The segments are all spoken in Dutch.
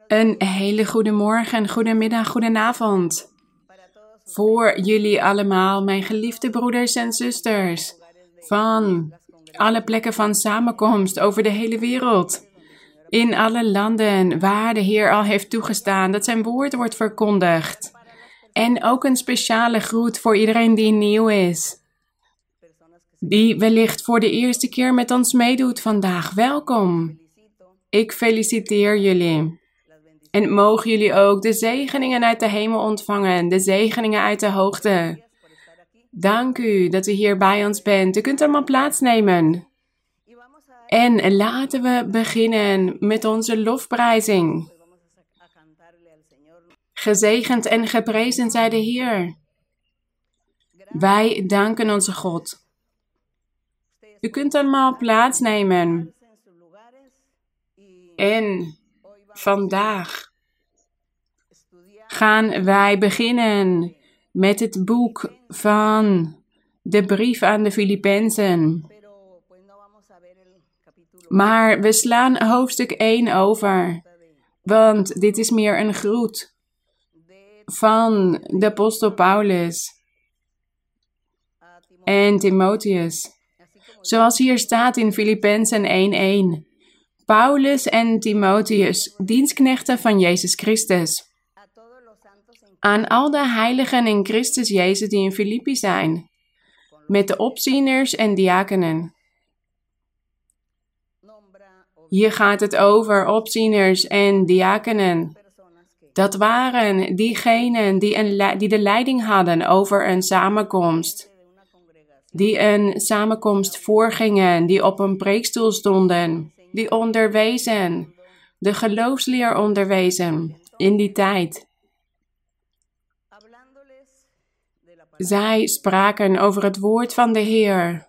Een hele goede morgen, goedemiddag, goedenavond. Voor jullie allemaal, mijn geliefde broeders en zusters. Van alle plekken van samenkomst over de hele wereld. In alle landen waar de Heer al heeft toegestaan dat zijn woord wordt verkondigd. En ook een speciale groet voor iedereen die nieuw is. Die wellicht voor de eerste keer met ons meedoet vandaag. Welkom. Ik feliciteer jullie. En mogen jullie ook de zegeningen uit de hemel ontvangen, de zegeningen uit de hoogte. Dank u dat u hier bij ons bent. U kunt allemaal plaatsnemen. En laten we beginnen met onze lofprijzing. Gezegend en geprezen zij de Heer. Wij danken onze God. U kunt allemaal plaatsnemen. En vandaag gaan wij beginnen met het boek van de brief aan de Filippenzen. Maar we slaan hoofdstuk 1 over, want dit is meer een groet van de apostel Paulus en Timotheus. Zoals hier staat in Filippenzen 1:1. Paulus en Timotheus, dienstknechten van Jezus Christus. Aan al de heiligen in Christus Jezus die in Filippi zijn, met de opzieners en diakenen. Hier gaat het over opzieners en diakenen. Dat waren diegenen die de leiding hadden over een samenkomst. Die een samenkomst voorgingen, die op een preekstoel stonden. Die onderwezen, de geloofsleer onderwezen in die tijd. Zij spraken over het woord van de Heer.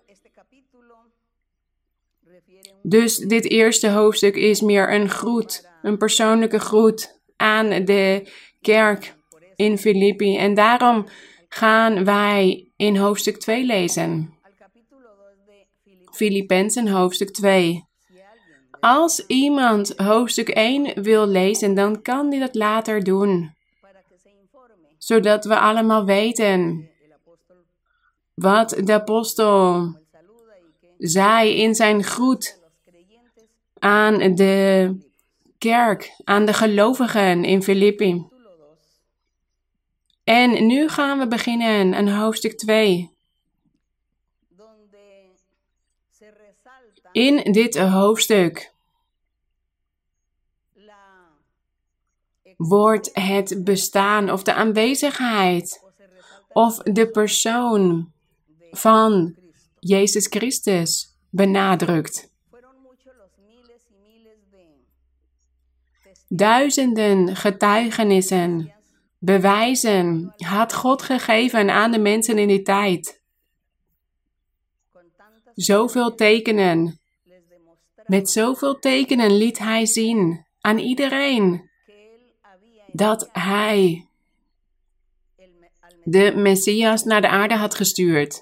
Dus dit eerste hoofdstuk is meer een groet, een persoonlijke groet aan de kerk in Filippi. En daarom gaan wij in hoofdstuk 2 lezen. Filippenzen hoofdstuk 2. Als iemand hoofdstuk 1 wil lezen, dan kan hij dat later doen. Zodat we allemaal weten wat de apostel zei in zijn groet aan de kerk, aan de gelovigen in Filippi. En nu gaan we beginnen aan hoofdstuk 2. In dit hoofdstuk wordt het bestaan of de aanwezigheid of de persoon van Jezus Christus benadrukt. Duizenden getuigenissen, bewijzen had God gegeven aan de mensen in die tijd. Zoveel tekenen. Met zoveel tekenen liet hij zien aan iedereen dat hij de Messias naar de aarde had gestuurd.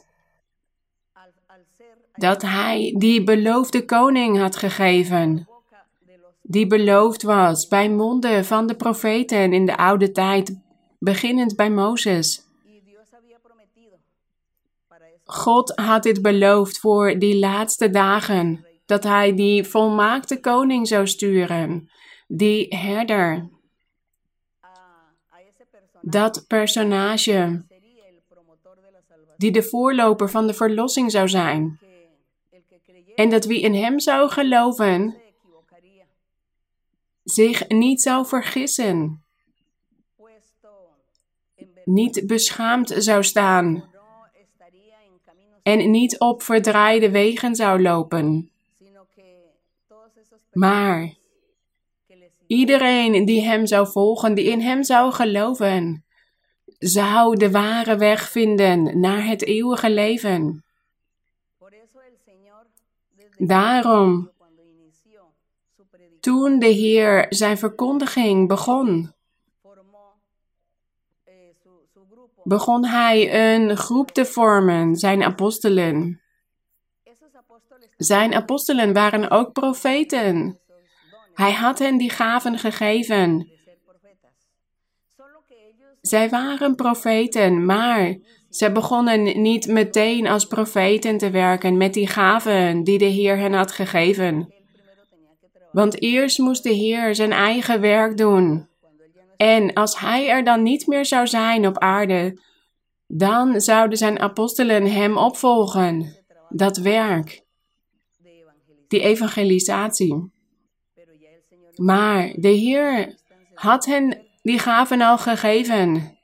Dat hij die beloofde koning had gegeven. Die beloofd was bij monden van de profeten in de oude tijd, beginnend bij Mozes. God had dit beloofd voor die laatste dagen, dat hij die volmaakte koning zou sturen, die herder. Dat personage, die de voorloper van de verlossing zou zijn. En dat wie in hem zou geloven, zich niet zou vergissen. Niet beschaamd zou staan. En niet op verdraaide wegen zou lopen. Maar iedereen die hem zou volgen, die in hem zou geloven, zou de ware weg vinden naar het eeuwige leven. Daarom, toen de Heer zijn verkondiging begon hij een groep te vormen, zijn apostelen. Zijn apostelen waren ook profeten. Hij had hen die gaven gegeven. Zij waren profeten, maar ze begonnen niet meteen als profeten te werken met die gaven die de Heer hen had gegeven. Want eerst moest de Heer zijn eigen werk doen. En als hij er dan niet meer zou zijn op aarde, dan zouden zijn apostelen hem opvolgen. Dat werk. Die evangelisatie. Maar de Heer had hen die gaven al gegeven.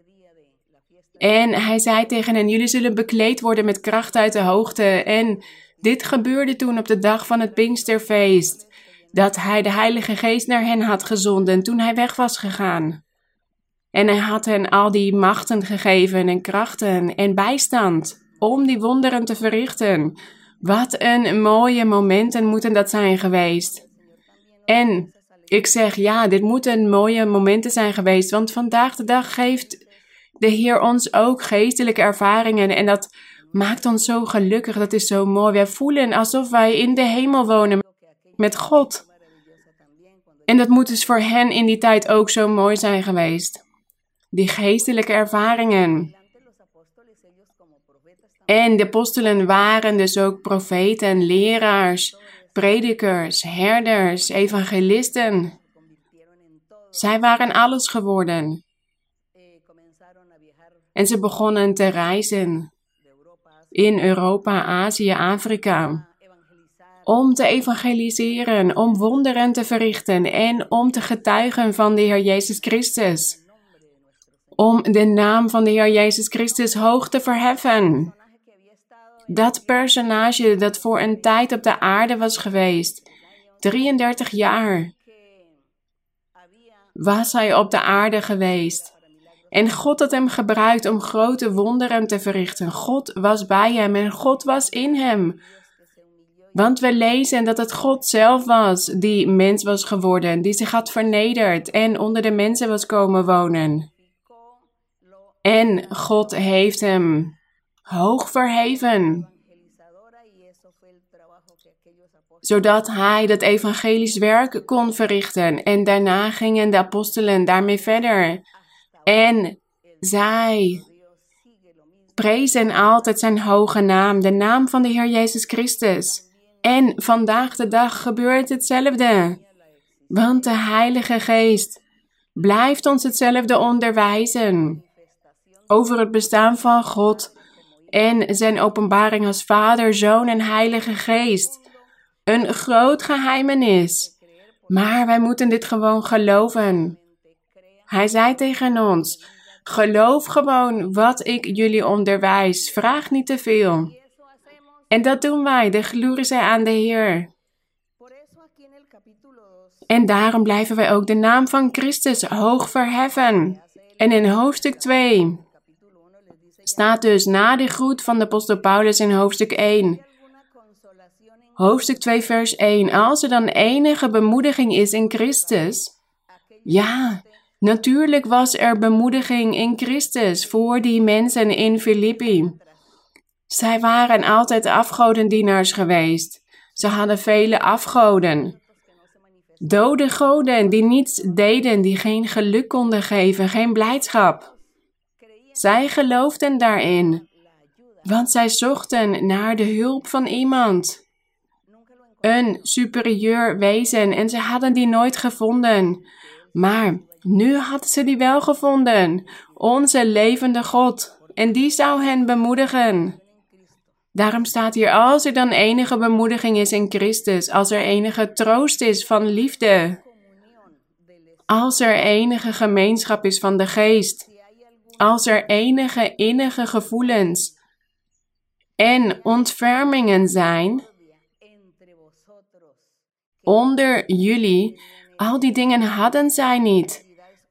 En hij zei tegen hen, jullie zullen bekleed worden met kracht uit de hoogte. En dit gebeurde toen op de dag van het Pinksterfeest. Dat hij de Heilige Geest naar hen had gezonden toen hij weg was gegaan. En hij had hen al die machten gegeven en krachten en bijstand om die wonderen te verrichten. Wat een mooie momenten moeten dat zijn geweest. En ik zeg ja, dit moeten mooie momenten zijn geweest, want vandaag de dag geeft de Heer ons ook geestelijke ervaringen en dat maakt ons zo gelukkig, dat is zo mooi. Wij voelen alsof wij in de hemel wonen met God. En dat moet dus voor hen in die tijd ook zo mooi zijn geweest. Die geestelijke ervaringen. En de apostelen waren dus ook profeten, leraars, predikers, herders, evangelisten. Zij waren alles geworden. En ze begonnen te reizen in Europa, Azië, Afrika. Om te evangeliseren, om wonderen te verrichten en om te getuigen van de Heer Jezus Christus. Om de naam van de Heer Jezus Christus hoog te verheffen. Dat personage dat voor een tijd op de aarde was geweest, 33 jaar, was hij op de aarde geweest. En God had hem gebruikt om grote wonderen te verrichten. God was bij hem en God was in hem. Want we lezen dat het God zelf was die mens was geworden, die zich had vernederd en onder de mensen was komen wonen. En God heeft hem hoog verheven, zodat hij dat evangelisch werk kon verrichten. En daarna gingen de apostelen daarmee verder. En zij prezen altijd zijn hoge naam, de naam van de Heer Jezus Christus. En vandaag de dag gebeurt hetzelfde. Want de Heilige Geest blijft ons hetzelfde onderwijzen over het bestaan van God en zijn openbaring als Vader, Zoon en Heilige Geest. Een groot geheimenis. Maar wij moeten dit gewoon geloven. Hij zei tegen ons, geloof gewoon wat ik jullie onderwijs. Vraag niet te veel. En dat doen wij, de glorie zij aan de Heer. En daarom blijven wij ook de naam van Christus hoog verheffen. En in hoofdstuk 2 staat dus na de groet van de apostel Paulus in hoofdstuk 1. Hoofdstuk 2 vers 1. Als er dan enige bemoediging is in Christus. Ja, natuurlijk was er bemoediging in Christus voor die mensen in Filippi. Zij waren altijd afgodendienaars geweest. Ze hadden vele afgoden. Dode goden die niets deden, die geen geluk konden geven, geen blijdschap. Zij geloofden daarin, want zij zochten naar de hulp van iemand. Een superieur wezen en ze hadden die nooit gevonden. Maar nu hadden ze die wel gevonden, onze levende God. En die zou hen bemoedigen. Daarom staat hier, als er dan enige bemoediging is in Christus, als er enige troost is van liefde, als er enige gemeenschap is van de geest, als er enige innige gevoelens en ontfermingen zijn onder jullie, al die dingen hadden zij niet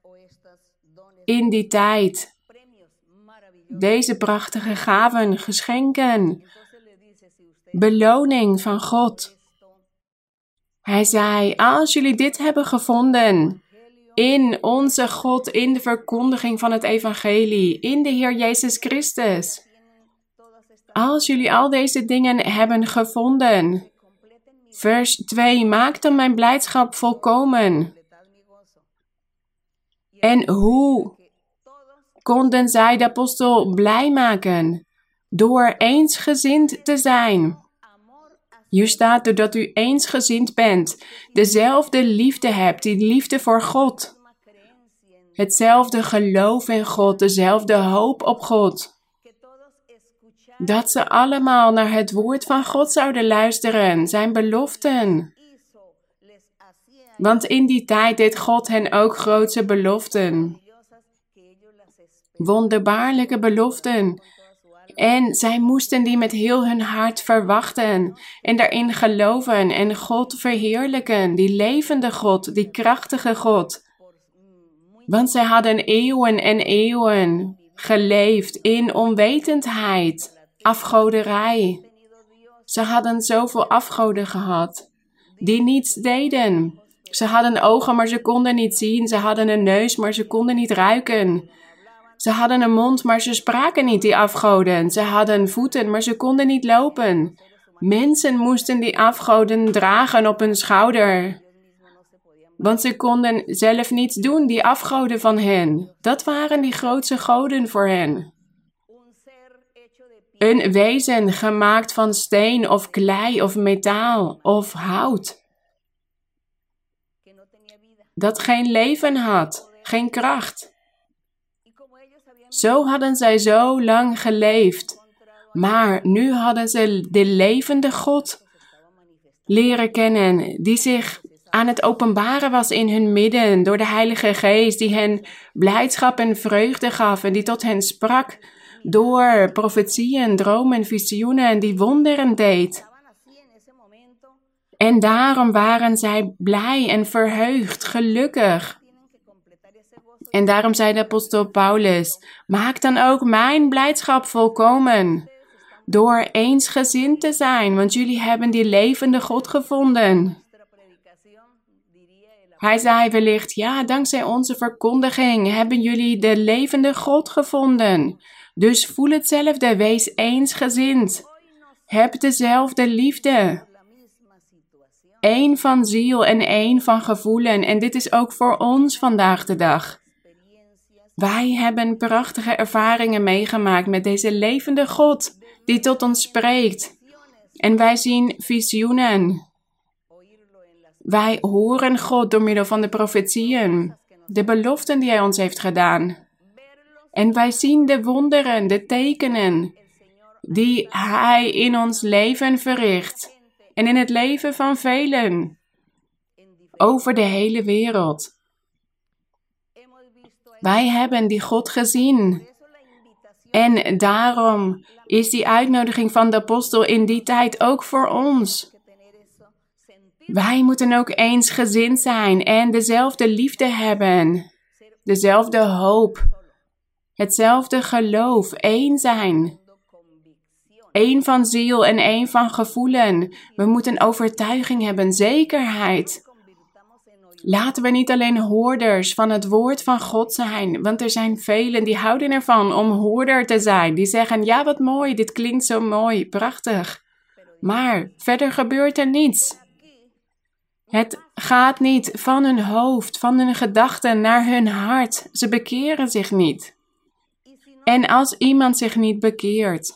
in die tijd. Deze prachtige gaven, geschenken, beloning van God. Hij zei, als jullie dit hebben gevonden in onze God, in de verkondiging van het evangelie, in de Heer Jezus Christus. Als jullie al deze dingen hebben gevonden Vers 2, maak dan mijn blijdschap volkomen. En hoe konden zij de apostel blij maken? Door eensgezind te zijn. Hier staat, doordat u eensgezind bent, dezelfde liefde hebt, die liefde voor God. Hetzelfde geloof in God, dezelfde hoop op God. Dat ze allemaal naar het woord van God zouden luisteren, zijn beloften. Want in die tijd deed God hen ook grootse beloften. Wonderbaarlijke beloften. En zij moesten die met heel hun hart verwachten en daarin geloven en God verheerlijken, die levende God, die krachtige God. Want zij hadden eeuwen en eeuwen geleefd in onwetendheid, afgoderij. Ze hadden zoveel afgoden gehad, die niets deden. Ze hadden ogen, maar ze konden niet zien. Ze hadden een neus, maar ze konden niet ruiken. Ze hadden een mond, maar ze spraken niet, die afgoden. Ze hadden voeten, maar ze konden niet lopen. Mensen moesten die afgoden dragen op hun schouder. Want ze konden zelf niets doen, die afgoden van hen. Dat waren die grootste goden voor hen. Een wezen gemaakt van steen of klei of metaal of hout. Dat geen leven had, geen kracht. Zo hadden zij zo lang geleefd. Maar nu hadden ze de levende God leren kennen, die zich aan het openbaren was in hun midden, door de Heilige Geest, die hen blijdschap en vreugde gaf en die tot hen sprak door profetieën, dromen, visioenen en die wonderen deed. En daarom waren zij blij en verheugd, gelukkig. En daarom zei de apostel Paulus, maak dan ook mijn blijdschap volkomen, door eensgezind te zijn, want jullie hebben die levende God gevonden. Hij zei wellicht, ja, dankzij onze verkondiging hebben jullie de levende God gevonden. Dus voel hetzelfde, wees eensgezind. Heb dezelfde liefde. Eén van ziel en één van gevoelen. En dit is ook voor ons vandaag de dag. Wij hebben prachtige ervaringen meegemaakt met deze levende God die tot ons spreekt. En wij zien visioenen. Wij horen God door middel van de profetieën, de beloften die Hij ons heeft gedaan. En wij zien de wonderen, de tekenen die Hij in ons leven verricht. En in het leven van velen over de hele wereld. Wij hebben die God gezien. En daarom is die uitnodiging van de apostel in die tijd ook voor ons. Wij moeten ook eensgezind zijn en dezelfde liefde hebben. Dezelfde hoop. Hetzelfde geloof. Één zijn. Eén van ziel en één van gevoelen. We moeten overtuiging hebben, zekerheid. Laten we niet alleen hoorders van het woord van God zijn, want er zijn velen die houden ervan om hoorder te zijn. Die zeggen, ja wat mooi, dit klinkt zo mooi, prachtig. Maar verder gebeurt er niets. Het gaat niet van hun hoofd, van hun gedachten naar hun hart. Ze bekeren zich niet. En als iemand zich niet bekeert,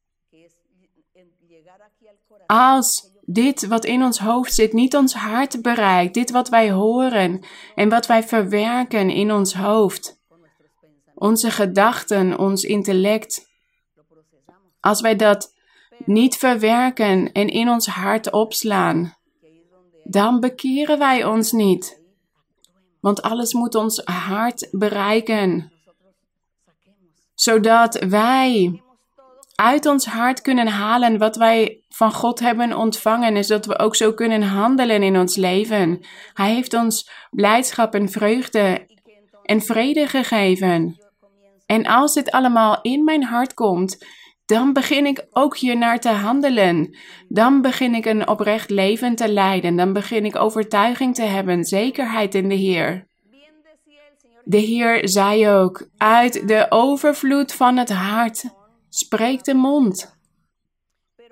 als dit wat in ons hoofd zit niet ons hart bereikt, dit wat wij horen en wat wij verwerken in ons hoofd, onze gedachten, ons intellect, als wij dat niet verwerken en in ons hart opslaan, dan bekeren wij ons niet. Want alles moet ons hart bereiken, zodat wij uit ons hart kunnen halen wat wij van God hebben ontvangen, en zodat we ook zo kunnen handelen in ons leven. Hij heeft ons blijdschap en vreugde en vrede gegeven. En als dit allemaal in mijn hart komt, dan begin ik ook hiernaar te handelen. Dan begin ik een oprecht leven te leiden. Dan begin ik overtuiging te hebben, zekerheid in de Heer. De Heer zei ook, uit de overvloed van het hart spreekt de mond.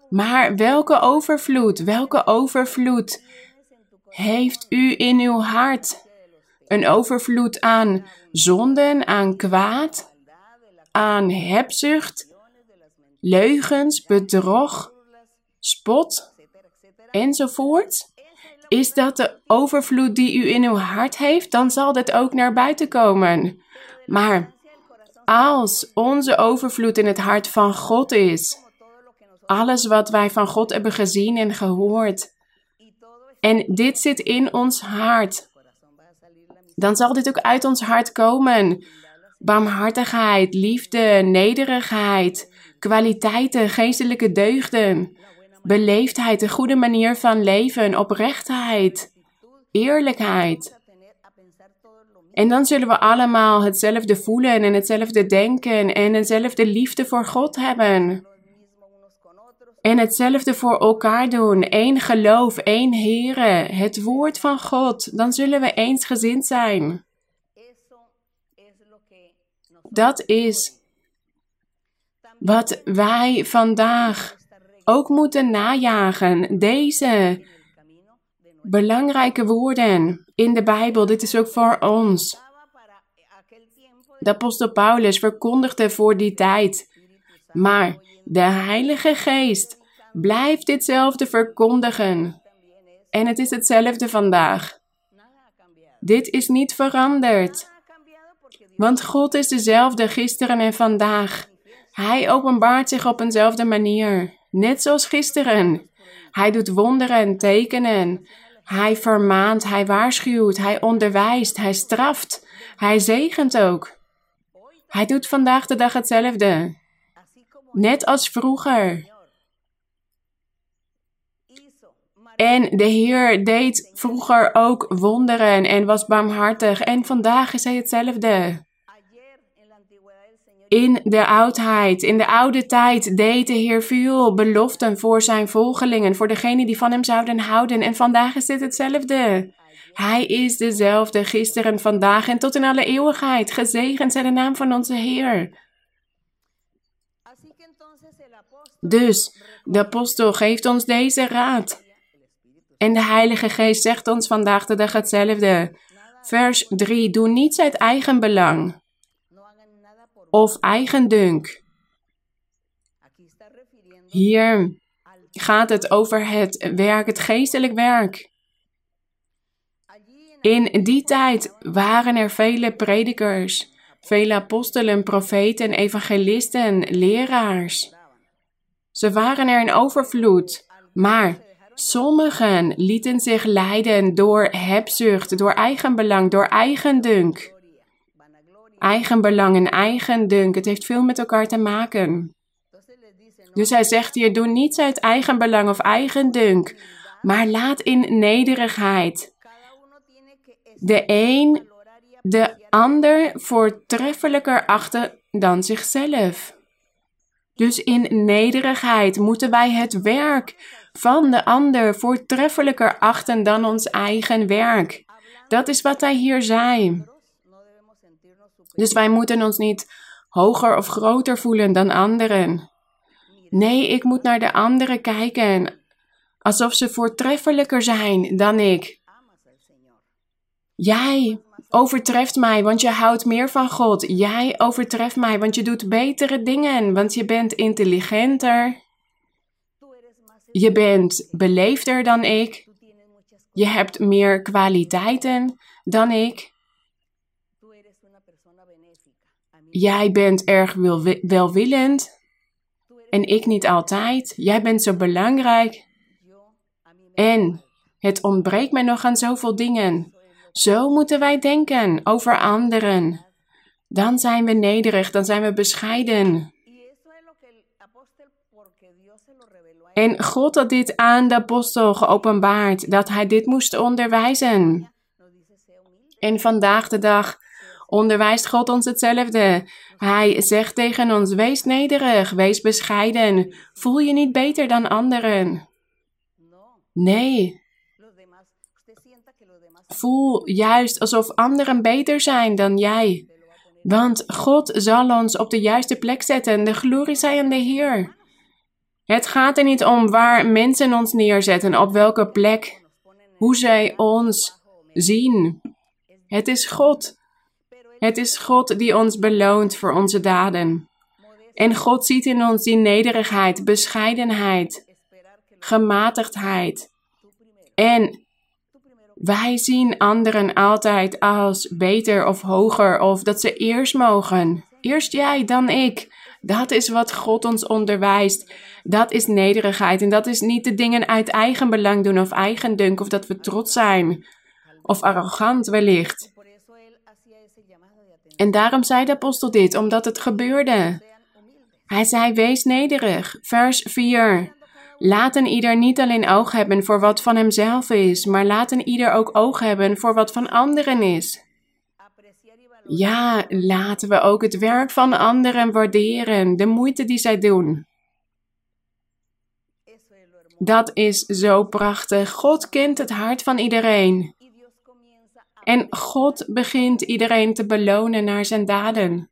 Maar welke overvloed heeft u in uw hart? Een overvloed aan zonden, aan kwaad, aan hebzucht, leugens, bedrog, spot, enzovoort. Is dat de overvloed die u in uw hart heeft, dan zal dat ook naar buiten komen. Maar als onze overvloed in het hart van God is, alles wat wij van God hebben gezien en gehoord, en dit zit in ons hart, dan zal dit ook uit ons hart komen. Barmhartigheid, liefde, nederigheid, kwaliteiten, geestelijke deugden, beleefdheid, een goede manier van leven, oprechtheid, eerlijkheid. En dan zullen we allemaal hetzelfde voelen en hetzelfde denken en hetzelfde liefde voor God hebben. En hetzelfde voor elkaar doen. Eén geloof, één Here, het woord van God. Dan zullen we eensgezind zijn. Dat is wat wij vandaag ook moeten najagen. Deze belangrijke woorden in de Bijbel. Dit is ook voor ons. De apostel Paulus verkondigde voor die tijd. Maar de Heilige Geest blijft ditzelfde verkondigen. En het is hetzelfde vandaag. Dit is niet veranderd. Want God is dezelfde gisteren en vandaag. Hij openbaart zich op eenzelfde manier. Net zoals gisteren. Hij doet wonderen, tekenen. Hij vermaant, hij waarschuwt, hij onderwijst, hij straft. Hij zegent ook. Hij doet vandaag de dag hetzelfde. Net als vroeger. En de Heer deed vroeger ook wonderen en was barmhartig. En vandaag is hij hetzelfde. In de oudheid, in de oude tijd deed de Heer veel beloften voor zijn volgelingen, voor degenen die van hem zouden houden. En vandaag is dit hetzelfde. Hij is dezelfde gisteren, vandaag en tot in alle eeuwigheid. Gezegend zij de naam van onze Heer. Dus de apostel geeft ons deze raad. En de Heilige Geest zegt ons vandaag de dag hetzelfde. Vers 3. Doe niets uit eigen belang of eigendunk. Hier gaat het over het werk, het geestelijk werk. In die tijd waren er vele predikers, vele apostelen, profeten, evangelisten, leraars. Ze waren er in overvloed, maar sommigen lieten zich leiden door hebzucht, door eigenbelang, door eigendunk. Eigenbelang en eigendunk, het heeft veel met elkaar te maken. Dus hij zegt hier, doe niets uit eigenbelang of eigendunk, maar laat in nederigheid de een de ander voortreffelijker achten dan zichzelf. Dus in nederigheid moeten wij het werk van de ander voortreffelijker achten dan ons eigen werk. Dat is wat hij hier zei. Dus wij moeten ons niet hoger of groter voelen dan anderen. Nee, ik moet naar de anderen kijken, alsof ze voortreffelijker zijn dan ik. Jij overtreft mij, want je houdt meer van God. Jij overtreft mij, want je doet betere dingen, want je bent intelligenter. Je bent beleefder dan ik. Je hebt meer kwaliteiten dan ik. Jij bent erg welwillend en ik niet altijd. Jij bent zo belangrijk. En het ontbreekt mij nog aan zoveel dingen. Zo moeten wij denken over anderen. Dan zijn we nederig, dan zijn we bescheiden. En God had dit aan de apostel geopenbaard, dat hij dit moest onderwijzen. En vandaag de dag onderwijst God ons hetzelfde. Hij zegt tegen ons, wees nederig, wees bescheiden. Voel je niet beter dan anderen? Nee. Voel juist alsof anderen beter zijn dan jij. Want God zal ons op de juiste plek zetten. De glorie zij aan de Heer. Het gaat er niet om waar mensen ons neerzetten, op welke plek, hoe zij ons zien. Het is God. Het is God die ons beloont voor onze daden. En God ziet in ons die nederigheid, bescheidenheid, gematigdheid. En wij zien anderen altijd als beter of hoger of dat ze eerst mogen. Eerst jij, dan ik. Dat is wat God ons onderwijst. Dat is nederigheid. En dat is niet de dingen uit eigen belang doen of eigendunk of dat we trots zijn. Of arrogant wellicht. En daarom zei de apostel dit, omdat het gebeurde. Hij zei, wees nederig. Vers 4. Laten ieder niet alleen oog hebben voor wat van hemzelf is, maar laten ieder ook oog hebben voor wat van anderen is. Ja, laten we ook het werk van anderen waarderen, de moeite die zij doen. Dat is zo prachtig. God kent het hart van iedereen. En God begint iedereen te belonen naar zijn daden.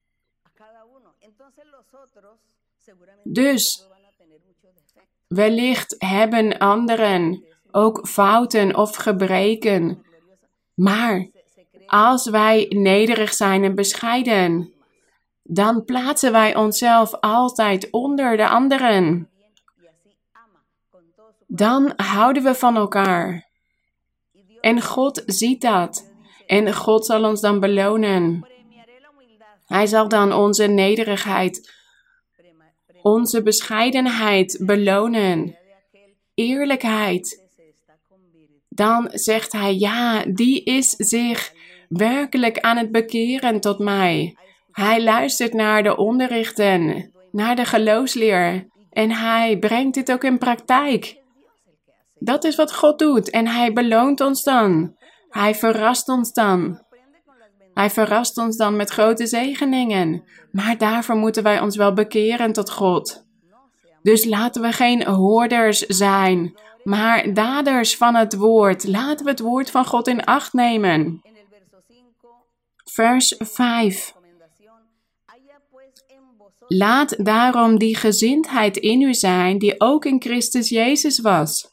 Dus, wellicht hebben anderen ook fouten of gebreken. Maar als wij nederig zijn en bescheiden, dan plaatsen wij onszelf altijd onder de anderen. Dan houden we van elkaar. En God ziet dat. En God zal ons dan belonen. Hij zal dan onze nederigheid, onze bescheidenheid belonen. Eerlijkheid. Dan zegt hij, ja, die is zich werkelijk aan het bekeren tot mij. Hij luistert naar de onderrichten, naar de geloofsleer. En hij brengt dit ook in praktijk. Dat is wat God doet. En hij beloont ons dan. Hij verrast ons dan. Hij verrast ons dan met grote zegeningen. Maar daarvoor moeten wij ons wel bekeren tot God. Dus laten we geen hoorders zijn, maar daders van het woord. Laten we het woord van God in acht nemen. Vers 5. Laat daarom die gezindheid in u zijn die ook in Christus Jezus was.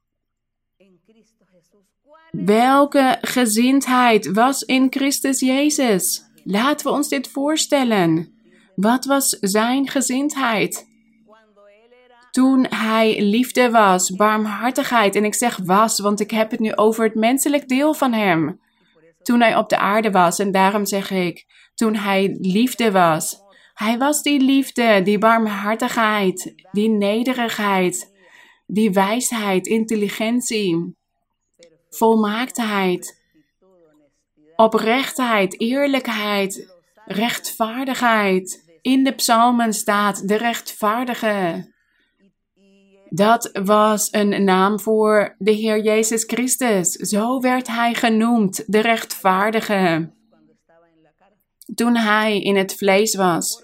Welke gezindheid was in Christus Jezus? Laten we ons dit voorstellen. Wat was zijn gezindheid? Toen hij liefde was, barmhartigheid, en ik zeg was, want ik heb het nu over het menselijk deel van hem. Toen hij op de aarde was, en daarom zeg ik, toen hij liefde was. Hij was die liefde, die barmhartigheid, die nederigheid, die wijsheid, intelligentie, volmaaktheid, oprechtheid, eerlijkheid, rechtvaardigheid. In de psalmen staat de rechtvaardige. Dat was een naam voor de Heer Jezus Christus. Zo werd hij genoemd, de rechtvaardige. Toen hij in het vlees was.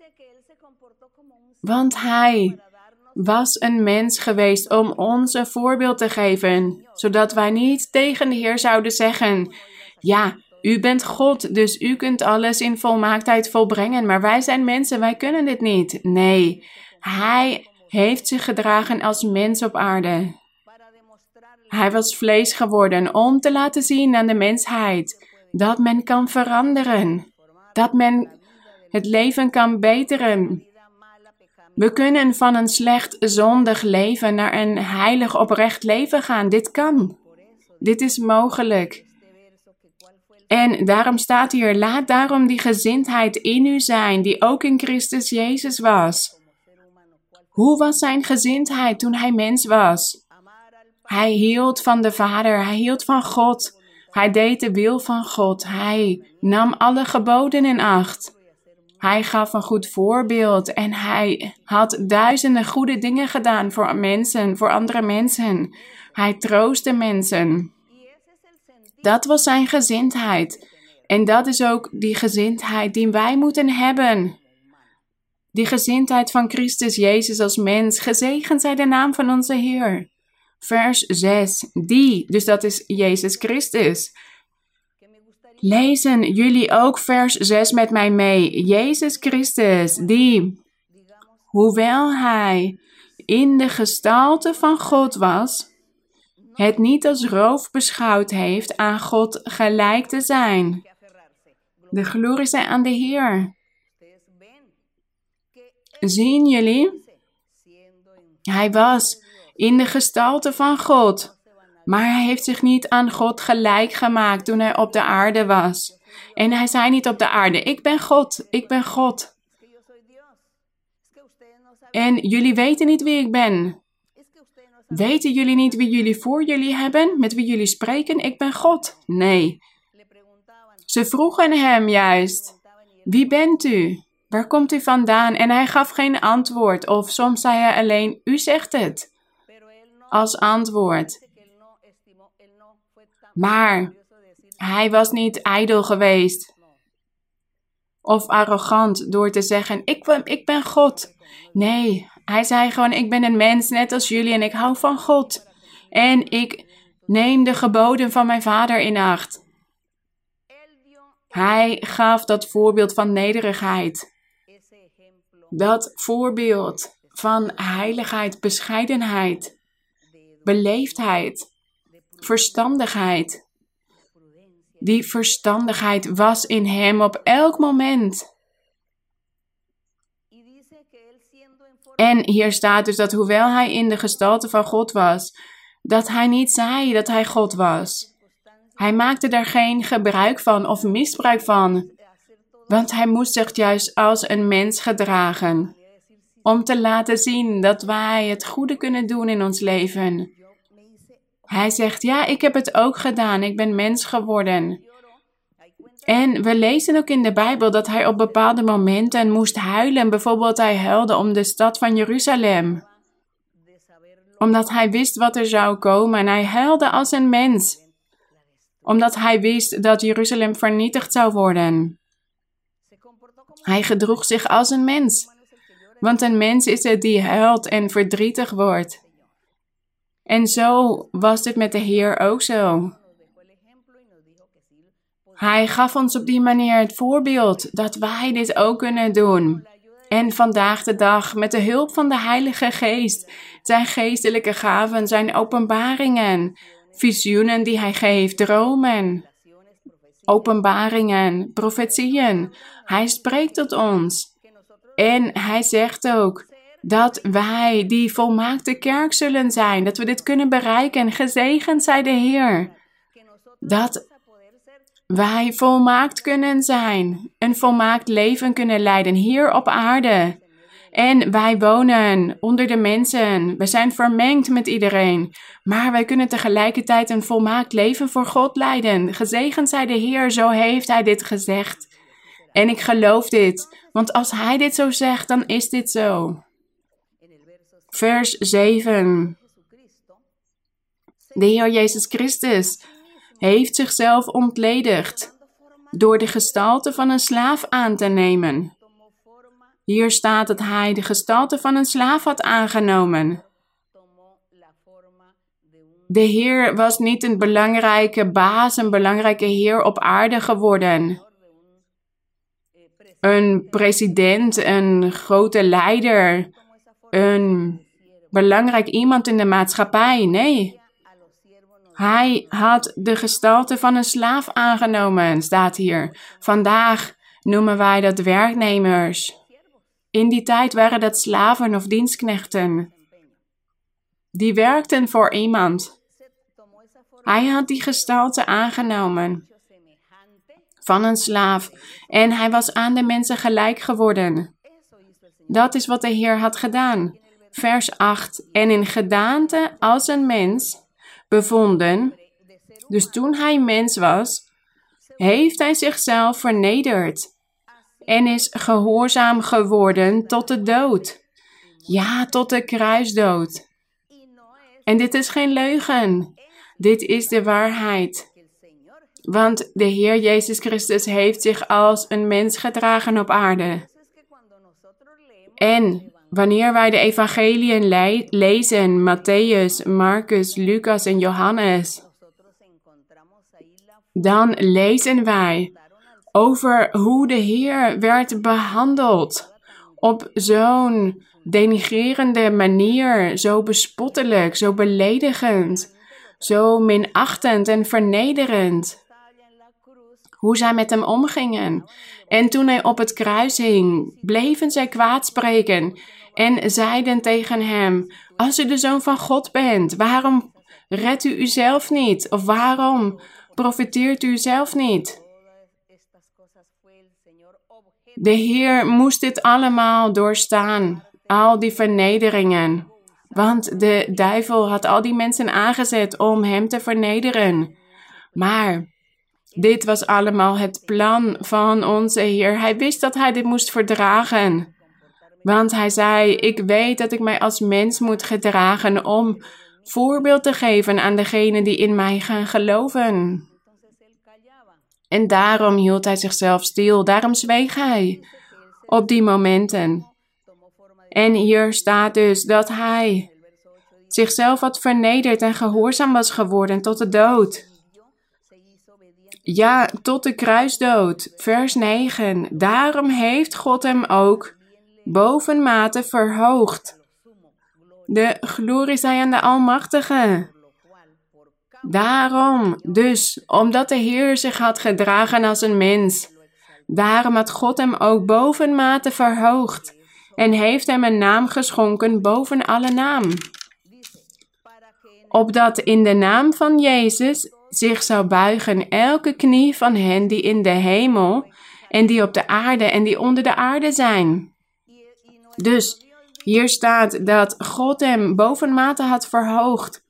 Want hij was een mens geweest om ons een voorbeeld te geven. Zodat wij niet tegen de Heer zouden zeggen, ja, u bent God, dus u kunt alles in volmaaktheid volbrengen. Maar wij zijn mensen, wij kunnen dit niet. Nee, hij heeft zich gedragen als mens op aarde. Hij was vlees geworden om te laten zien aan de mensheid dat men kan veranderen. Dat men het leven kan beteren. We kunnen van een slecht, zondig leven naar een heilig, oprecht leven gaan. Dit kan. Dit is mogelijk. En daarom staat hier, laat daarom die gezindheid in u zijn, die ook in Christus Jezus was. Hoe was zijn gezindheid toen hij mens was? Hij hield van de Vader, hij hield van God. Hij deed de wil van God. Hij nam alle geboden in acht. Hij gaf een goed voorbeeld en hij had duizenden goede dingen gedaan voor mensen, voor andere mensen. Hij troostte mensen. Dat was zijn gezindheid. En dat is ook die gezindheid die wij moeten hebben. Die gezindheid van Christus Jezus als mens. Gezegend zij de naam van onze Heer. Vers 6. Die, dus dat is Jezus Christus. Lezen jullie ook vers 6 met mij mee. Jezus Christus, die, hoewel hij in de gestalte van God was, het niet als roof beschouwd heeft aan God gelijk te zijn. De glorie zij aan de Heer. Zien jullie? Hij was in de gestalte van God, maar hij heeft zich niet aan God gelijk gemaakt toen hij op de aarde was. En hij zei niet op de aarde, ik ben God, ik ben God. En jullie weten niet wie ik ben. Weten jullie niet wie jullie voor jullie hebben, met wie jullie spreken? Ik ben God. Nee. Ze vroegen hem juist, wie bent u? Waar komt u vandaan? En hij gaf geen antwoord. Of soms zei hij alleen, u zegt het. Als antwoord. Maar hij was niet ijdel geweest. Of arrogant door te zeggen, ik ben God. Nee, hij zei gewoon, ik ben een mens net als jullie en ik hou van God. En ik neem de geboden van mijn Vader in acht. Hij gaf dat voorbeeld van nederigheid. Dat voorbeeld van heiligheid, bescheidenheid, beleefdheid, verstandigheid. Die verstandigheid was in hem op elk moment. En hier staat dus dat hoewel hij in de gestalte van God was, dat hij niet zei dat hij God was. Hij maakte daar geen gebruik van of misbruik van. Want hij moest zich juist als een mens gedragen. Om te laten zien dat wij het goede kunnen doen in ons leven. Hij zegt, ja, ik heb het ook gedaan. Ik ben mens geworden. En we lezen ook in de Bijbel dat hij op bepaalde momenten moest huilen. Bijvoorbeeld hij huilde om de stad van Jeruzalem. Omdat hij wist wat er zou komen. En hij huilde als een mens. Omdat hij wist dat Jeruzalem vernietigd zou worden. Hij gedroeg zich als een mens. Want een mens is het die huilt en verdrietig wordt. En zo was dit met de Heer ook zo. Hij gaf ons op die manier het voorbeeld dat wij dit ook kunnen doen. En vandaag de dag, met de hulp van de Heilige Geest, zijn geestelijke gaven, zijn openbaringen, visioenen die hij geeft, dromen, openbaringen, profetieën. Hij spreekt tot ons. En hij zegt ook dat wij die volmaakte kerk zullen zijn, dat we dit kunnen bereiken. Gezegend zij de Heer. Dat wij volmaakt kunnen zijn, een volmaakt leven kunnen leiden hier op aarde. En wij wonen onder de mensen. We zijn vermengd met iedereen. Maar wij kunnen tegelijkertijd een volmaakt leven voor God leiden. Gezegend zij de Heer, zo heeft hij dit gezegd. En ik geloof dit, want als hij dit zo zegt, dan is dit zo. Vers 7. De Heer Jezus Christus heeft zichzelf ontledigd door de gestalte van een slaaf aan te nemen. Hier staat dat hij de gestalte van een slaaf had aangenomen. De Heer was niet een belangrijke baas, een belangrijke Heer op aarde geworden. Een president, een grote leider, een belangrijk iemand in de maatschappij. Nee. Hij had de gestalte van een slaaf aangenomen, staat hier. Vandaag noemen wij dat werknemers. In die tijd waren dat slaven of dienstknechten. Die werkten voor iemand. Hij had die gestalte aangenomen van een slaaf. En hij was aan de mensen gelijk geworden. Dat is wat de Heer had gedaan. Vers 8. En in gedaante als een mens bevonden. Dus toen hij mens was, heeft hij zichzelf vernederd. En is gehoorzaam geworden tot de dood. Ja, tot de kruisdood. En dit is geen leugen. Dit is de waarheid. Want de Heer Jezus Christus heeft zich als een mens gedragen op aarde. En wanneer wij de evangeliën lezen, Matthäus, Marcus, Lucas en Johannes, dan lezen wij over hoe de Heer werd behandeld op zo'n denigrerende manier, zo bespottelijk, zo beledigend, zo minachtend en vernederend. Hoe zij met hem omgingen. En toen hij op het kruis hing, bleven zij kwaad spreken en zeiden tegen hem: als u de Zoon van God bent, waarom redt u uzelf niet? Of waarom profiteert u zelf niet? De Heer moest dit allemaal doorstaan, al die vernederingen. Want de duivel had al die mensen aangezet om hem te vernederen. Maar dit was allemaal het plan van onze Heer. Hij wist dat hij dit moest verdragen. Want hij zei: ik weet dat ik mij als mens moet gedragen om voorbeeld te geven aan degenen die in mij gaan geloven. En daarom hield hij zichzelf stil. Daarom zweeg hij op die momenten. En hier staat dus dat hij zichzelf had vernederd en gehoorzaam was geworden tot de dood. Ja, tot de kruisdood. Vers 9. Daarom heeft God hem ook bovenmate verhoogd. De glorie zij aan de Almachtige. Daarom, dus, omdat de Heer zich had gedragen als een mens, daarom had God hem ook bovenmate verhoogd en heeft hem een naam geschonken boven alle naam. Opdat in de naam van Jezus zich zou buigen elke knie van hen die in de hemel en die op de aarde en die onder de aarde zijn. Dus hier staat dat God hem bovenmate had verhoogd.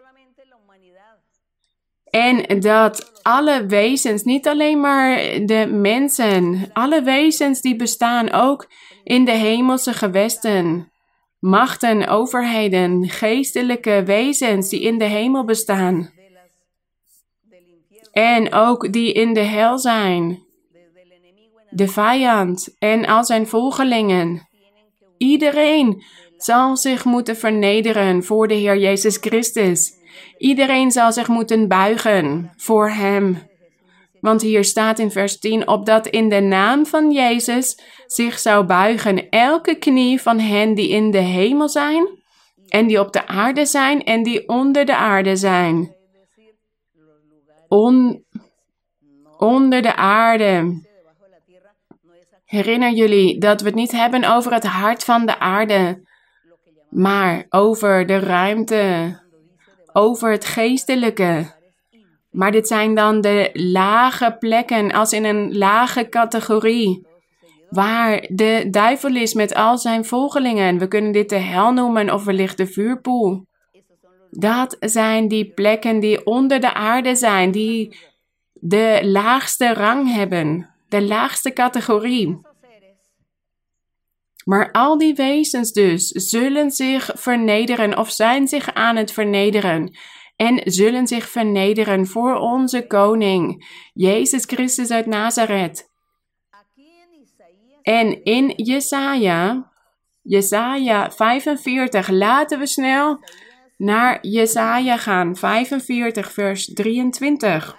En dat alle wezens, niet alleen maar de mensen, alle wezens die bestaan, ook in de hemelse gewesten, machten, overheden, geestelijke wezens die in de hemel bestaan. En ook die in de hel zijn, de vijand en al zijn volgelingen. Iedereen zal zich moeten vernederen voor de Heer Jezus Christus. Iedereen zal zich moeten buigen voor hem. Want hier staat in vers 10, opdat in de naam van Jezus zich zou buigen elke knie van hen die in de hemel zijn, en die op de aarde zijn, en die onder de aarde zijn. Onder de aarde. Herinner jullie dat we het niet hebben over het hart van de aarde, maar over de ruimte, over het geestelijke. Maar dit zijn dan de lage plekken, als in een lage categorie, waar de duivel is met al zijn volgelingen. We kunnen dit de hel noemen of wellicht de vuurpoel. Dat zijn die plekken die onder de aarde zijn, die de laagste rang hebben, de laagste categorie. Maar al die wezens dus zullen zich vernederen of zijn zich aan het vernederen en zullen zich vernederen voor onze koning, Jezus Christus uit Nazareth. En in Jesaja 45, laten we snel naar Jesaja gaan, 45 vers 23.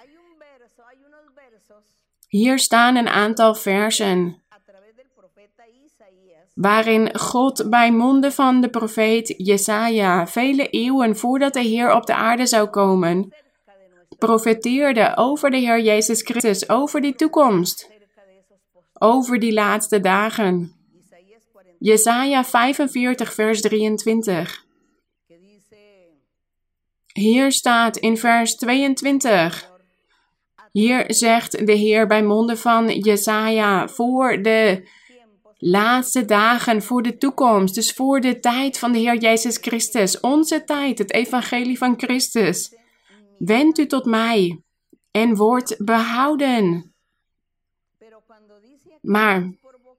Hier staan een aantal versen waarin God bij monden van de profeet Jesaja vele eeuwen voordat de Heer op de aarde zou komen, profeteerde over de Heer Jezus Christus, over die toekomst, over die laatste dagen. Jesaja 45 vers 23. Hier staat in vers 22. Hier zegt de Heer bij monden van Jesaja voor de laatste dagen, voor de toekomst, dus voor de tijd van de Heer Jezus Christus, onze tijd, het evangelie van Christus. Wend u tot mij en word behouden. Maar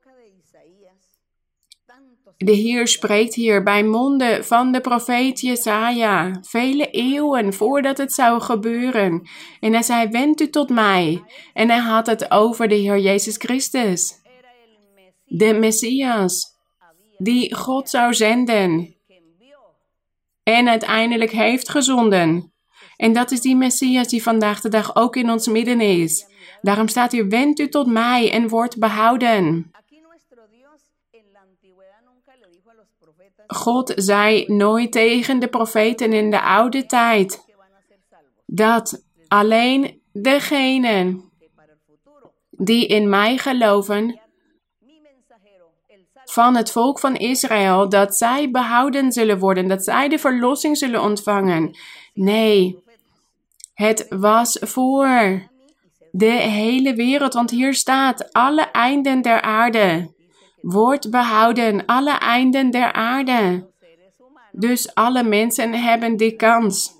de Heer spreekt hier bij monden van de profeet Jesaja, vele eeuwen voordat het zou gebeuren. En hij zei, wend u tot mij. En hij had het over de Heer Jezus Christus. De Messias, die God zou zenden. En uiteindelijk heeft gezonden. En dat is die Messias die vandaag de dag ook in ons midden is. Daarom staat hier, wend u tot mij en word behouden. God zei nooit tegen de profeten in de oude tijd dat alleen degenen die in mij geloven van het volk van Israël, dat zij behouden zullen worden, dat zij de verlossing zullen ontvangen. Nee, het was voor de hele wereld, want hier staat, alle einden der aarde wordt behouden, alle einden der aarde. Dus alle mensen hebben die kans.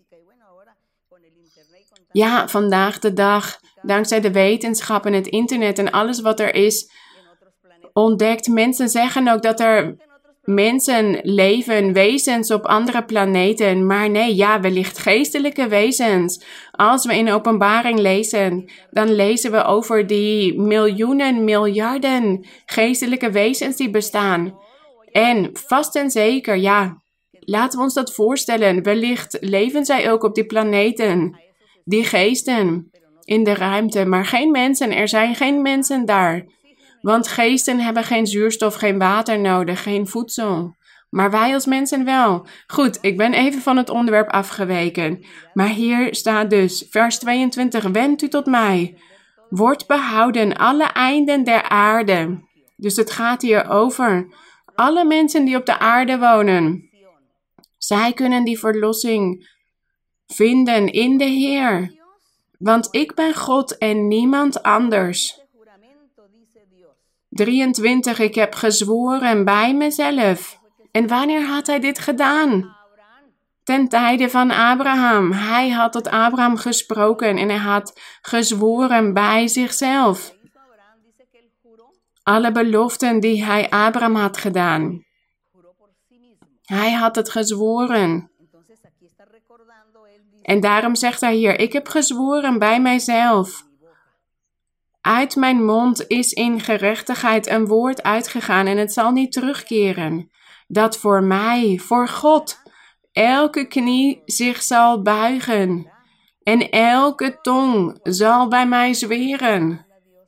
Ja, vandaag de dag, dankzij de wetenschap en het internet en alles wat er is, ontdekt. Mensen zeggen ook dat er mensen leven, wezens op andere planeten. Maar nee, ja, wellicht geestelijke wezens. Als we in Openbaring lezen, dan lezen we over die miljoenen, miljarden geestelijke wezens die bestaan. En vast en zeker, ja, laten we ons dat voorstellen. Wellicht leven zij ook op die planeten, die geesten in de ruimte. Maar geen mensen, er zijn geen mensen daar. Want geesten hebben geen zuurstof, geen water nodig, geen voedsel. Maar wij als mensen wel. Goed, ik ben even van het onderwerp afgeweken. Maar hier staat dus, vers 22, wend u tot mij. Wordt behouden alle einden der aarde. Dus het gaat hier over alle mensen die op de aarde wonen. Zij kunnen die verlossing vinden in de Heer. Want ik ben God en niemand anders. 23, ik heb gezworen bij mezelf. En wanneer had hij dit gedaan? Ten tijde van Abraham. Hij had tot Abraham gesproken en hij had gezworen bij zichzelf. Alle beloften die hij Abraham had gedaan. Hij had het gezworen. En daarom zegt hij hier, ik heb gezworen bij mijzelf. Uit mijn mond is in gerechtigheid een woord uitgegaan en het zal niet terugkeren. Dat voor mij, voor God, elke knie zich zal buigen en elke tong zal bij mij zweren.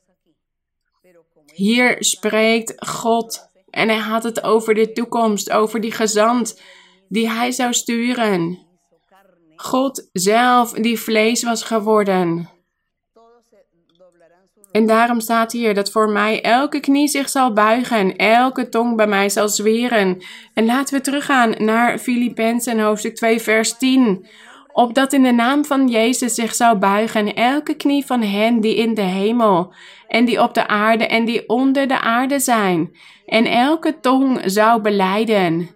Hier spreekt God en hij had het over de toekomst, over die gezant die hij zou sturen. God zelf die vlees was geworden. En daarom staat hier dat voor mij elke knie zich zal buigen, elke tong bij mij zal zweren. En laten we teruggaan naar Filippenzen hoofdstuk 2 vers 10. Opdat in de naam van Jezus zich zou buigen elke knie van hen die in de hemel en die op de aarde en die onder de aarde zijn. En elke tong zou belijden.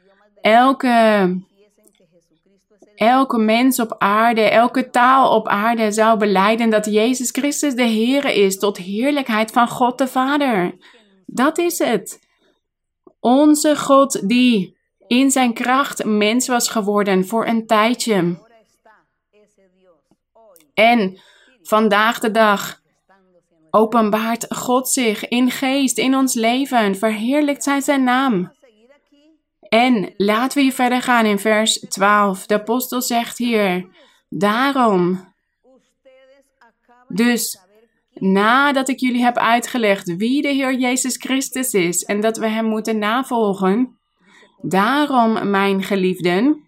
Elke mens op aarde, elke taal op aarde zou belijden dat Jezus Christus de Heere is, tot heerlijkheid van God de Vader. Dat is het. Onze God die in zijn kracht mens was geworden voor een tijdje. En vandaag de dag openbaart God zich in geest, in ons leven, verheerlijkt zij zijn naam. En laten we hier verder gaan in vers 12. De apostel zegt hier, daarom, dus nadat ik jullie heb uitgelegd wie de Heer Jezus Christus is en dat we hem moeten navolgen, daarom, mijn geliefden,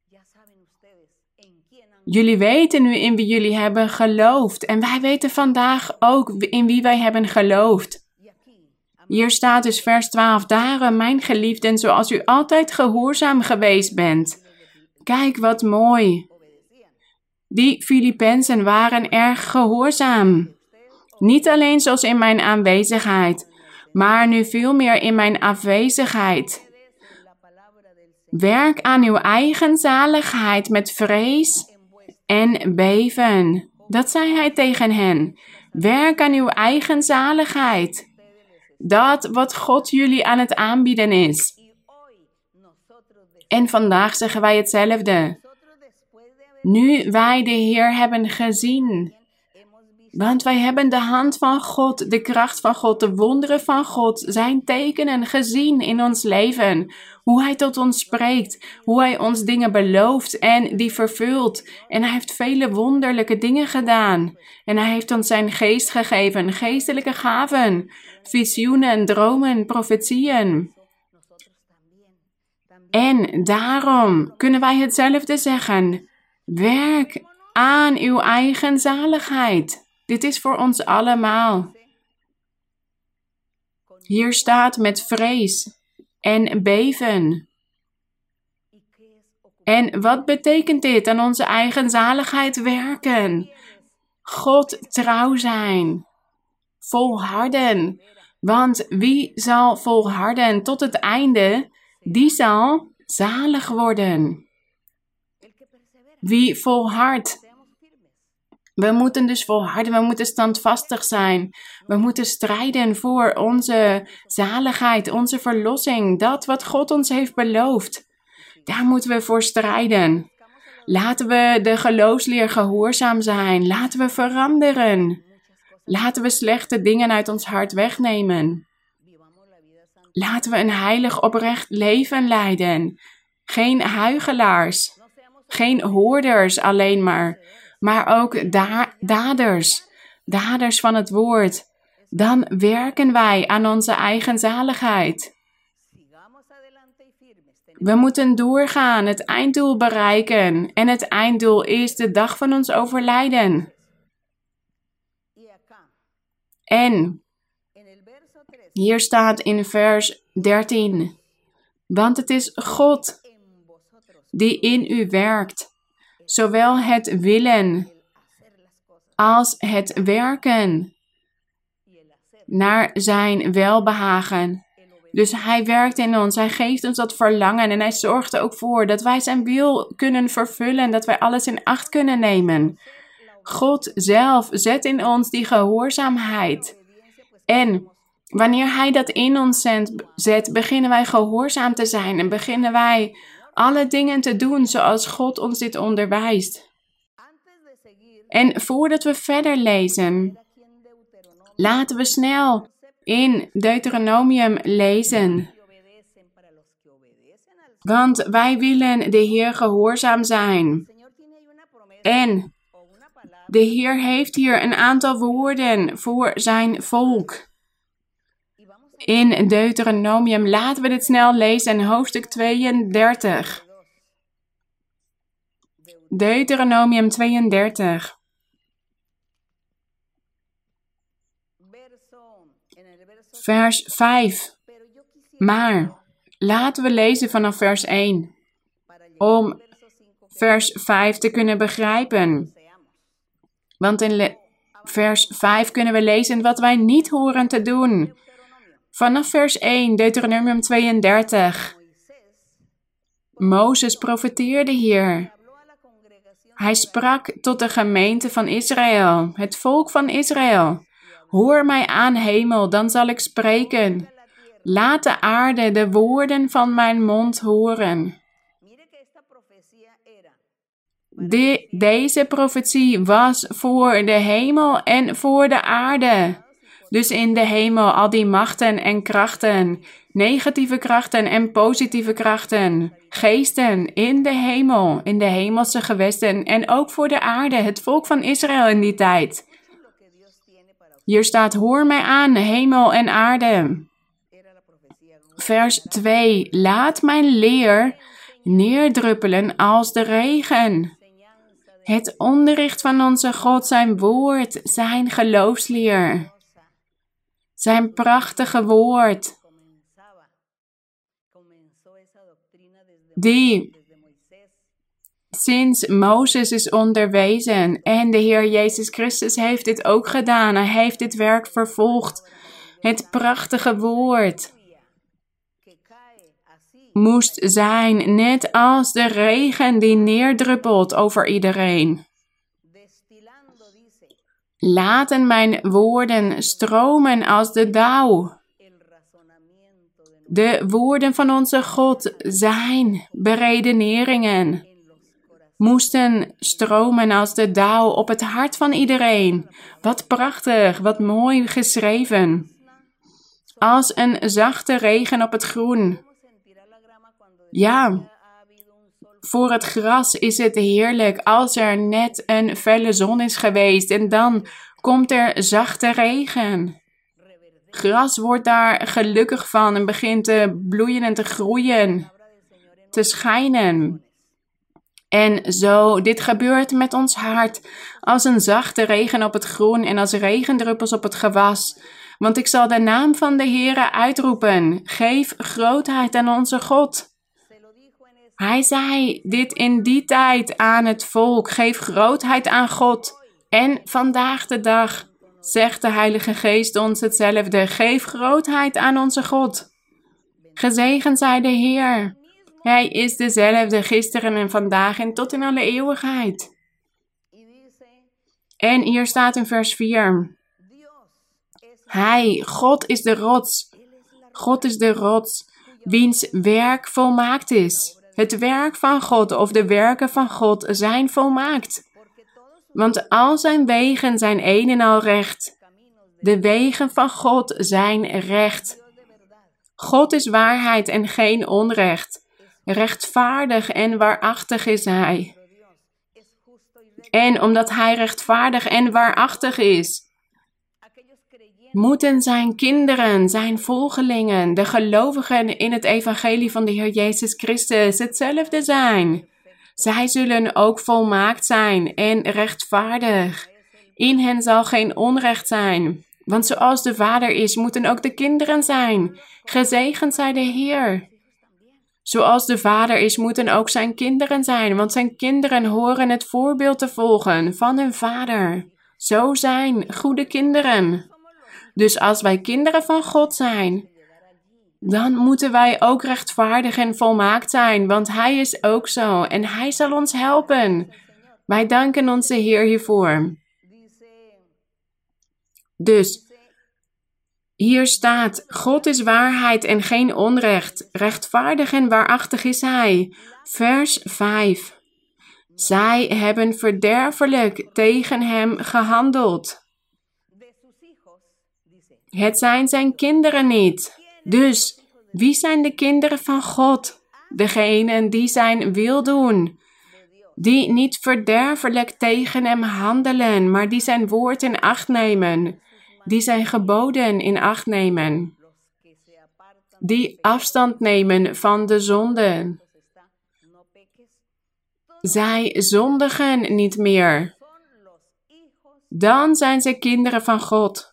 jullie weten nu in wie jullie hebben geloofd en wij weten vandaag ook in wie wij hebben geloofd. Hier staat dus vers 12, daarom mijn geliefden, zoals u altijd gehoorzaam geweest bent. Kijk wat mooi. Die Filippenzen waren erg gehoorzaam. Niet alleen zoals in mijn aanwezigheid, maar nu veel meer in mijn afwezigheid. Werk aan uw eigen zaligheid met vrees en beven. Dat zei hij tegen hen. Werk aan uw eigen zaligheid. Dat wat God jullie aan het aanbieden is. En vandaag zeggen wij hetzelfde. Nu wij de Heer hebben gezien. Want wij hebben de hand van God, de kracht van God, de wonderen van God, zijn tekenen gezien in ons leven. Hoe hij tot ons spreekt, hoe hij ons dingen belooft en die vervult. En hij heeft vele wonderlijke dingen gedaan. En hij heeft ons zijn geest gegeven, geestelijke gaven, visioenen, dromen, profetieën. En daarom kunnen wij hetzelfde zeggen. Werk aan uw eigen zaligheid. Dit is voor ons allemaal. Hier staat met vrees en beven. En wat betekent dit? Aan onze eigen zaligheid werken. God trouw zijn. Volharden. Want wie zal volharden tot het einde, die zal zalig worden. Wie volhardt. We moeten dus volharden, we moeten standvastig zijn. We moeten strijden voor onze zaligheid, onze verlossing. Dat wat God ons heeft beloofd. Daar moeten we voor strijden. Laten we de geloofsleer gehoorzaam zijn. Laten we veranderen. Laten we slechte dingen uit ons hart wegnemen. Laten we een heilig oprecht leven leiden. Geen huichelaars. Geen hoorders alleen maar ook daders. Daders van het woord. Dan werken wij aan onze eigen zaligheid. We moeten doorgaan, het einddoel bereiken. En het einddoel is de dag van ons overlijden. En hier staat in vers 13. Want het is God die in u werkt. Zowel het willen als het werken naar zijn welbehagen. Dus hij werkt in ons, hij geeft ons dat verlangen en hij zorgt er ook voor dat wij zijn wil kunnen vervullen, dat wij alles in acht kunnen nemen. God zelf zet in ons die gehoorzaamheid. En wanneer hij dat in ons zet, beginnen wij gehoorzaam te zijn en beginnen wij alle dingen te doen zoals God ons dit onderwijst. En voordat we verder lezen, laten we snel in Deuteronomium lezen. Want wij willen de Heer gehoorzaam zijn. En de Heer heeft hier een aantal woorden voor zijn volk. In Deuteronomium, laten we dit snel lezen, hoofdstuk 32. Deuteronomium 32. Vers 5. Maar laten we lezen vanaf vers 1. Om vers 5 te kunnen begrijpen. Want in vers 5 kunnen we lezen wat wij niet horen te doen. Vanaf vers 1, Deuteronomium 32. Mozes profeteerde hier. Hij sprak tot de gemeente van Israël, het volk van Israël. Hoor mij aan, hemel, dan zal ik spreken. Laat de aarde de woorden van mijn mond horen. Deze profetie was voor de hemel en voor de aarde. Dus in de hemel al die machten en krachten, negatieve krachten en positieve krachten, geesten in de hemel, in de hemelse gewesten en ook voor de aarde, het volk van Israël in die tijd. Hier staat, hoor mij aan, hemel en aarde. Vers 2, laat mijn leer neerdruppelen als de regen. Het onderricht van onze God, zijn woord, zijn geloofsleer. Zijn prachtige woord. Die sinds Mozes is onderwezen. En de Heer Jezus Christus heeft dit ook gedaan. Hij heeft dit werk vervolgd. Het prachtige woord moest zijn net als de regen die neerdruppelt over iedereen. Laten mijn woorden stromen als de dauw. De woorden van onze God, zijn beredeneringen, moesten stromen als de dauw op het hart van iedereen. Wat prachtig, wat mooi geschreven. Als een zachte regen op het groen. Ja, voor het gras is het heerlijk als er net een felle zon is geweest en dan komt er zachte regen. Gras wordt daar gelukkig van en begint te bloeien en te groeien. te schijnen. En zo, dit gebeurt met ons hart als een zachte regen op het groen en als regendruppels op het gewas. Want ik zal de naam van de Heere uitroepen. Geef grootheid aan onze God. Hij zei dit in die tijd aan het volk. Geef grootheid aan God. En vandaag de dag zegt de Heilige Geest ons hetzelfde. Geef grootheid aan onze God. Gezegend zij de Heer. Hij is dezelfde gisteren en vandaag en tot in alle eeuwigheid. En hier staat in vers 4. Hij, God is de rots. God is de rots, wiens werk volmaakt is. Het werk van God of de werken van God zijn volmaakt. Want al zijn wegen zijn een en al recht. De wegen van God zijn recht. God is waarheid en geen onrecht. Rechtvaardig en waarachtig is Hij. En omdat Hij rechtvaardig en waarachtig is, moeten zijn kinderen, zijn volgelingen, de gelovigen in het evangelie van de Heer Jezus Christus hetzelfde zijn. Zij zullen ook volmaakt zijn en rechtvaardig. In hen zal geen onrecht zijn. Want zoals de Vader is, moeten ook de kinderen zijn. Gezegend zij de Heer. Zoals de Vader is, moeten ook zijn kinderen zijn. Want zijn kinderen horen het voorbeeld te volgen van hun Vader. Zo zijn goede kinderen. Dus als wij kinderen van God zijn, dan moeten wij ook rechtvaardig en volmaakt zijn, want Hij is ook zo en Hij zal ons helpen. Wij danken onze Heer hiervoor. Dus, hier staat, God is waarheid en geen onrecht, rechtvaardig en waarachtig is Hij. Vers 5. Zij hebben verderfelijk tegen Hem gehandeld. Het zijn zijn kinderen niet. Dus, wie zijn de kinderen van God? Degenen die zijn wil doen. Die niet verderfelijk tegen hem handelen, maar die zijn woord in acht nemen. Die zijn geboden in acht nemen. Die afstand nemen van de zonde. Zij zondigen niet meer. Dan zijn ze kinderen van God.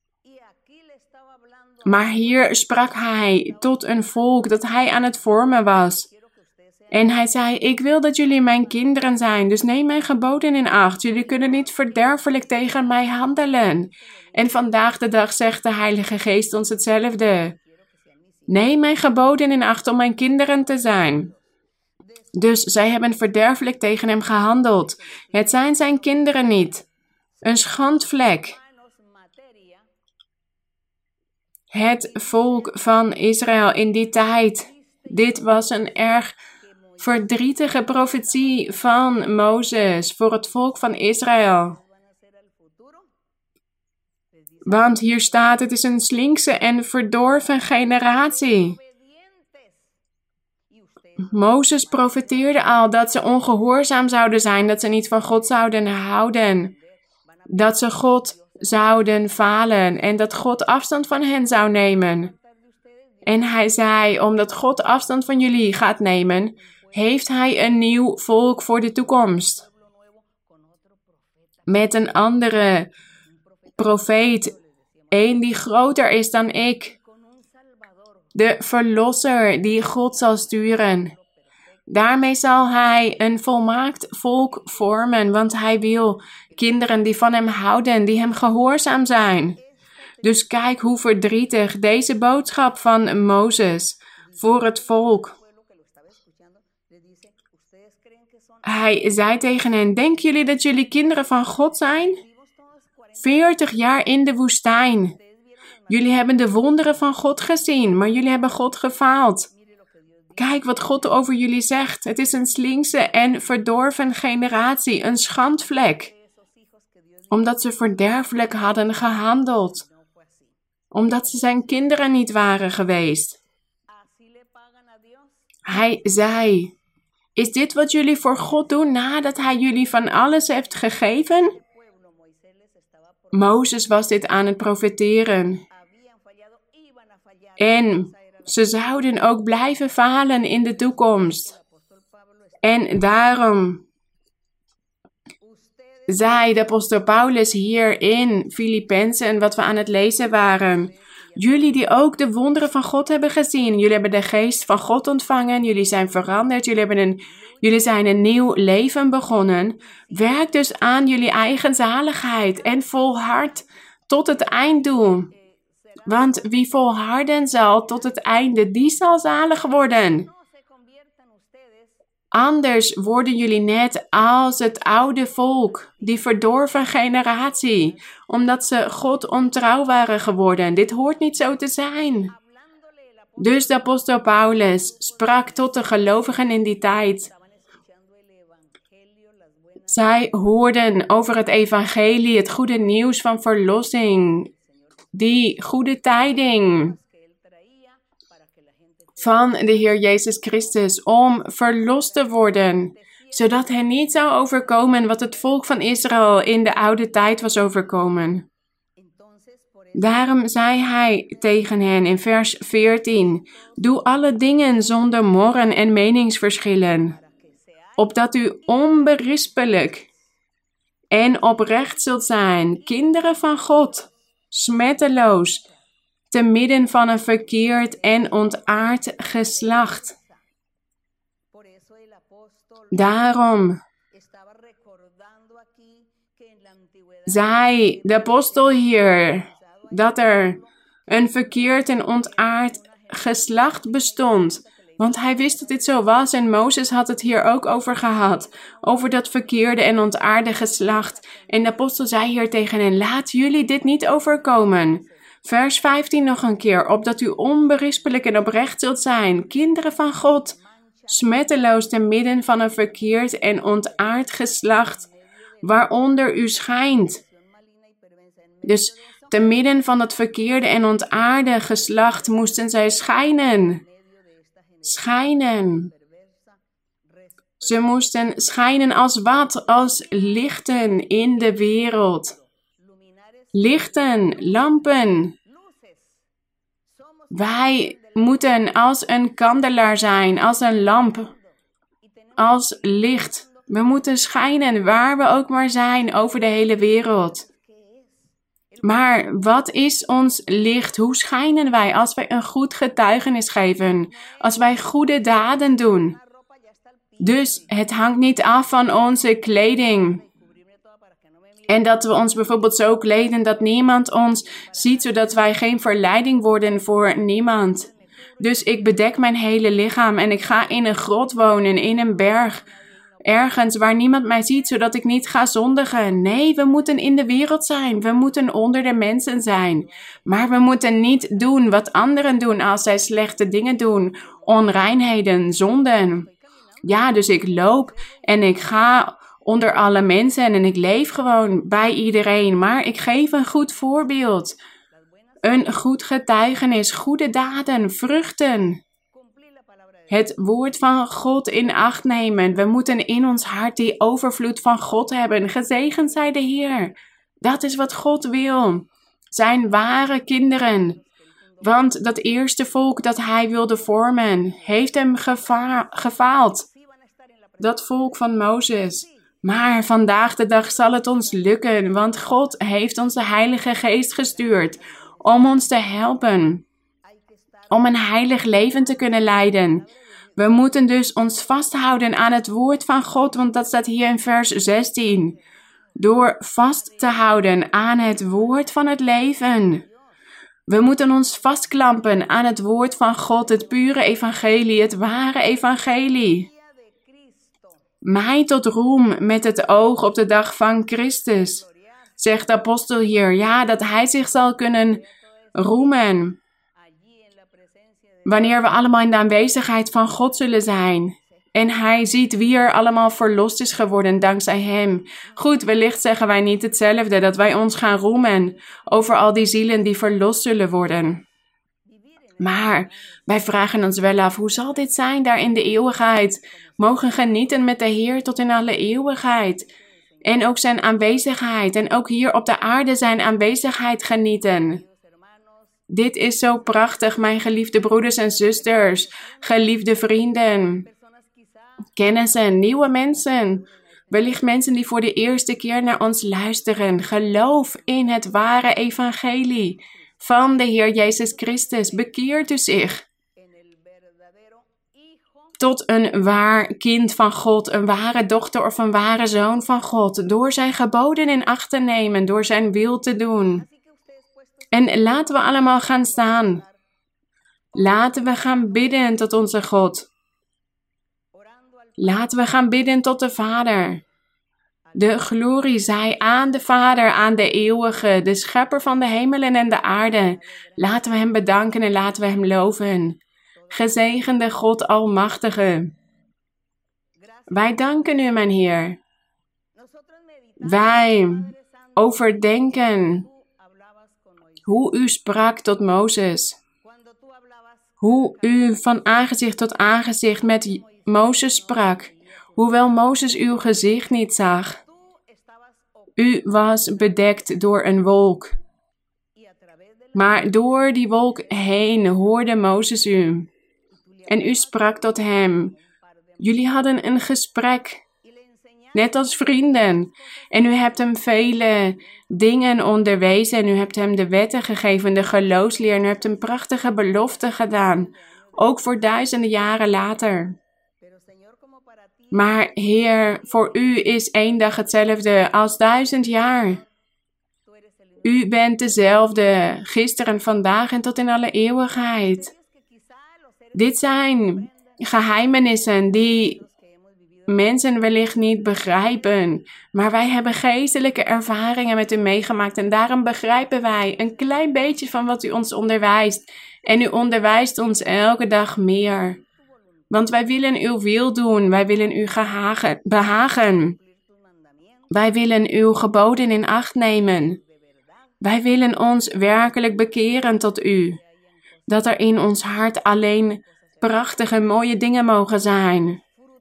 Maar hier sprak hij tot een volk dat hij aan het vormen was. En hij zei, ik wil dat jullie mijn kinderen zijn, dus neem mijn geboden in acht. Jullie kunnen niet verderfelijk tegen mij handelen. En vandaag de dag zegt de Heilige Geest ons hetzelfde. Neem mijn geboden in acht om mijn kinderen te zijn. Dus zij hebben verderfelijk tegen hem gehandeld. Het zijn zijn kinderen niet. Een schandvlek. Het volk van Israël in die tijd. Dit was een erg verdrietige profetie van Mozes voor het volk van Israël. Want hier staat, het is een slinkse en verdorven generatie. Mozes profeteerde al dat ze ongehoorzaam zouden zijn, dat ze niet van God zouden houden. Dat ze God zouden falen en dat God afstand van hen zou nemen. En hij zei, omdat God afstand van jullie gaat nemen, heeft hij een nieuw volk voor de toekomst. Met een andere profeet, een die groter is dan ik. De verlosser die God zal sturen. Daarmee zal hij een volmaakt volk vormen, want hij wil kinderen die van hem houden, die hem gehoorzaam zijn. Dus kijk hoe verdrietig deze boodschap van Mozes voor het volk. Hij zei tegen hen, denken jullie dat jullie kinderen van God zijn? 40 jaar in de woestijn. Jullie hebben de wonderen van God gezien, maar jullie hebben God gefaald. Kijk wat God over jullie zegt. Het is een slinkse en verdorven generatie, een schandvlek. Omdat ze verderfelijk hadden gehandeld. Omdat ze zijn kinderen niet waren geweest. Hij zei, is dit wat jullie voor God doen nadat hij jullie van alles heeft gegeven? Mozes was dit aan het profeteren. En Ze zouden ook blijven falen in de toekomst. En daarom zei de apostel Paulus hier in Filippenzen, wat we aan het lezen waren. Jullie die ook de wonderen van God hebben gezien. Jullie hebben de geest van God ontvangen. Jullie zijn veranderd. Jullie zijn een nieuw leven begonnen. Werk dus aan jullie eigen zaligheid en volhard tot het einddoel. Want wie volharden zal tot het einde, die zal zalig worden. Anders worden jullie net als het oude volk, die verdorven generatie, omdat ze God ontrouw waren geworden. Dit hoort niet zo te zijn. Dus de apostel Paulus sprak tot de gelovigen in die tijd. Zij hoorden over het evangelie, het goede nieuws van verlossing, die goede tijding van de Heer Jezus Christus om verlost te worden, zodat hen niet zou overkomen wat het volk van Israël in de oude tijd was overkomen. Daarom zei hij tegen hen in vers 14, doe alle dingen zonder morren en meningsverschillen, opdat u onberispelijk en oprecht zult zijn, kinderen van God, smetteloos, te midden van een verkeerd en ontaard geslacht. Daarom zei de apostel hier dat er een verkeerd en ontaard geslacht bestond. Want hij wist dat dit zo was en Mozes had het hier ook over gehad. Over dat verkeerde en ontaarde geslacht. En de apostel zei hier tegen hen, laat jullie dit niet overkomen. Vers 15 nog een keer, opdat u onberispelijk en oprecht zult zijn, kinderen van God, smetteloos te midden van een verkeerd en ontaard geslacht, waaronder u schijnt. Dus te midden van het verkeerde en ontaarde geslacht moesten zij schijnen. Schijnen. Ze moesten schijnen als wat? Als lichten in de wereld. Lichten, lampen. Wij moeten als een kandelaar zijn, als een lamp, als licht. We moeten schijnen waar we ook maar zijn over de hele wereld. Maar wat is ons licht? Hoe schijnen wij als wij een goed getuigenis geven? Als wij goede daden doen? Dus het hangt niet af van onze kleding. En dat we ons bijvoorbeeld zo kleden dat niemand ons ziet, zodat wij geen verleiding worden voor niemand. Dus ik bedek mijn hele lichaam en ik ga in een grot wonen, in een berg, ergens waar niemand mij ziet, zodat ik niet ga zondigen. Nee, we moeten in de wereld zijn. We moeten onder de mensen zijn. Maar we moeten niet doen wat anderen doen als zij slechte dingen doen. Onreinheden, zonden. Ja, dus ik loop en ik ga onder alle mensen en ik leef gewoon bij iedereen. Maar ik geef een goed voorbeeld. Een goed getuigenis, goede daden, vruchten. Het woord van God in acht nemen. We moeten in ons hart die overvloed van God hebben. Gezegend zij de Heer. Dat is wat God wil. Zijn ware kinderen. Want dat eerste volk dat hij wilde vormen, heeft hem gefaald. Dat volk van Mozes. Maar vandaag de dag zal het ons lukken, want God heeft onze Heilige Geest gestuurd om ons te helpen. Om een heilig leven te kunnen leiden. We moeten dus ons vasthouden aan het woord van God, want dat staat hier in vers 16. Door vast te houden aan het woord van het leven. We moeten ons vastklampen aan het woord van God, het pure evangelie, het ware evangelie. Mij tot roem met het oog op de dag van Christus, zegt de apostel hier. Ja, dat hij zich zal kunnen roemen. Wanneer we allemaal in de aanwezigheid van God zullen zijn. En hij ziet wie er allemaal verlost is geworden dankzij hem. Goed, wellicht zeggen wij niet hetzelfde, dat wij ons gaan roemen over al die zielen die verlost zullen worden. Maar wij vragen ons wel af, hoe zal dit zijn daar in de eeuwigheid? Mogen genieten met de Heer tot in alle eeuwigheid. En ook zijn aanwezigheid. En ook hier op de aarde zijn aanwezigheid genieten. Dit is zo prachtig, mijn geliefde broeders en zusters, geliefde vrienden, kennissen, nieuwe mensen. Wellicht mensen die voor de eerste keer naar ons luisteren. Geloof in het ware evangelie van de Heer Jezus Christus. Bekeert u zich tot een waar kind van God, een ware dochter of een ware zoon van God. Door zijn geboden in acht te nemen, door zijn wil te doen. En laten we allemaal gaan staan. Laten we gaan bidden tot onze God. Laten we gaan bidden tot de Vader. De glorie zij aan de Vader, aan de eeuwige, de schepper van de hemelen en de aarde. Laten we hem bedanken en laten we hem loven. Gezegende God Almachtige. Wij danken u, mijn Heer. Wij overdenken hoe u sprak tot Mozes. Hoe u van aangezicht tot aangezicht met Mozes sprak. Hoewel Mozes uw gezicht niet zag. U was bedekt door een wolk. Maar door die wolk heen hoorde Mozes u. En u sprak tot hem. Jullie hadden een gesprek. Net als vrienden. En u hebt hem vele dingen onderwezen. En u hebt hem de wetten gegeven, de geloofsleer. En u hebt hem prachtige beloften gedaan. Ook voor duizenden jaren later. Maar Heer, voor u is 1 dag hetzelfde als 1000 jaar. U bent dezelfde, gisteren, vandaag en tot in alle eeuwigheid. Dit zijn geheimenissen die mensen wellicht niet begrijpen. Maar wij hebben geestelijke ervaringen met u meegemaakt. En daarom begrijpen wij een klein beetje van wat u ons onderwijst. En u onderwijst ons elke dag meer. Want wij willen uw wil doen. Wij willen u behagen. Wij willen uw geboden in acht nemen. Wij willen ons werkelijk bekeren tot u. Dat er in ons hart alleen prachtige, mooie dingen mogen zijn.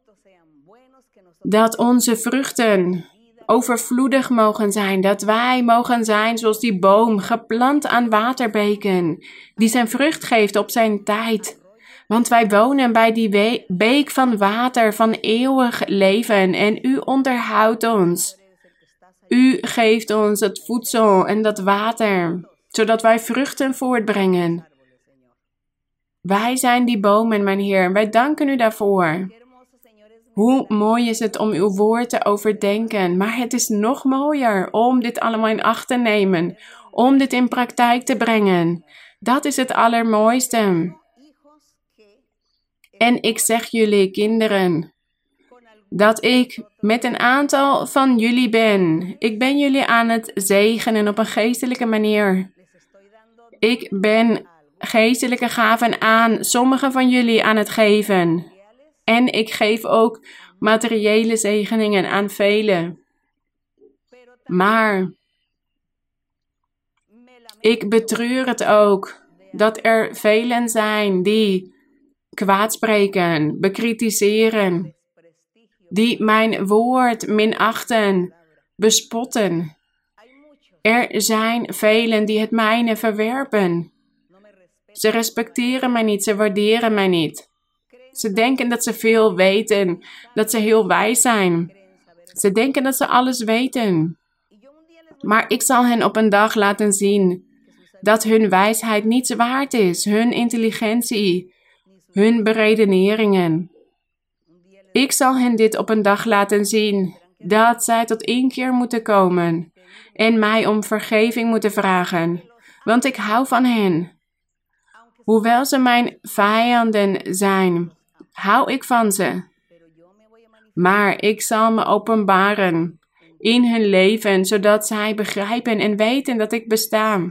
Dat onze vruchten overvloedig mogen zijn. Dat wij mogen zijn zoals die boom, geplant aan waterbeken, die zijn vrucht geeft op zijn tijd. Want wij wonen bij die beek van water, van eeuwig leven. En u onderhoudt ons. U geeft ons het voedsel en dat water, zodat wij vruchten voortbrengen. Wij zijn die bomen, mijn Heer. Wij danken u daarvoor. Hoe mooi is het om uw woord te overdenken. Maar het is nog mooier om dit allemaal in acht te nemen. Om dit in praktijk te brengen. Dat is het allermooiste. En ik zeg jullie, kinderen, dat ik met een aantal van jullie ben. Ik ben jullie aan het zegenen op een geestelijke manier. Ik ben geestelijke gaven aan sommigen van jullie aan het geven. En ik geef ook materiële zegeningen aan velen. Maar ik betreur het ook dat er velen zijn die kwaadspreken, bekritiseren, die mijn woord minachten, bespotten. Er zijn velen die het mijne verwerpen. Ze respecteren mij niet, ze waarderen mij niet. Ze denken dat ze veel weten, dat ze heel wijs zijn. Ze denken dat ze alles weten. Maar ik zal hen op een dag laten zien dat hun wijsheid niets waard is, hun intelligentie, hun beredeneringen. Ik zal hen dit op een dag laten zien, dat zij tot inkeer moeten komen en mij om vergeving moeten vragen, want ik hou van hen. Hoewel ze mijn vijanden zijn, hou ik van ze. Maar ik zal me openbaren in hun leven, zodat zij begrijpen en weten dat ik besta.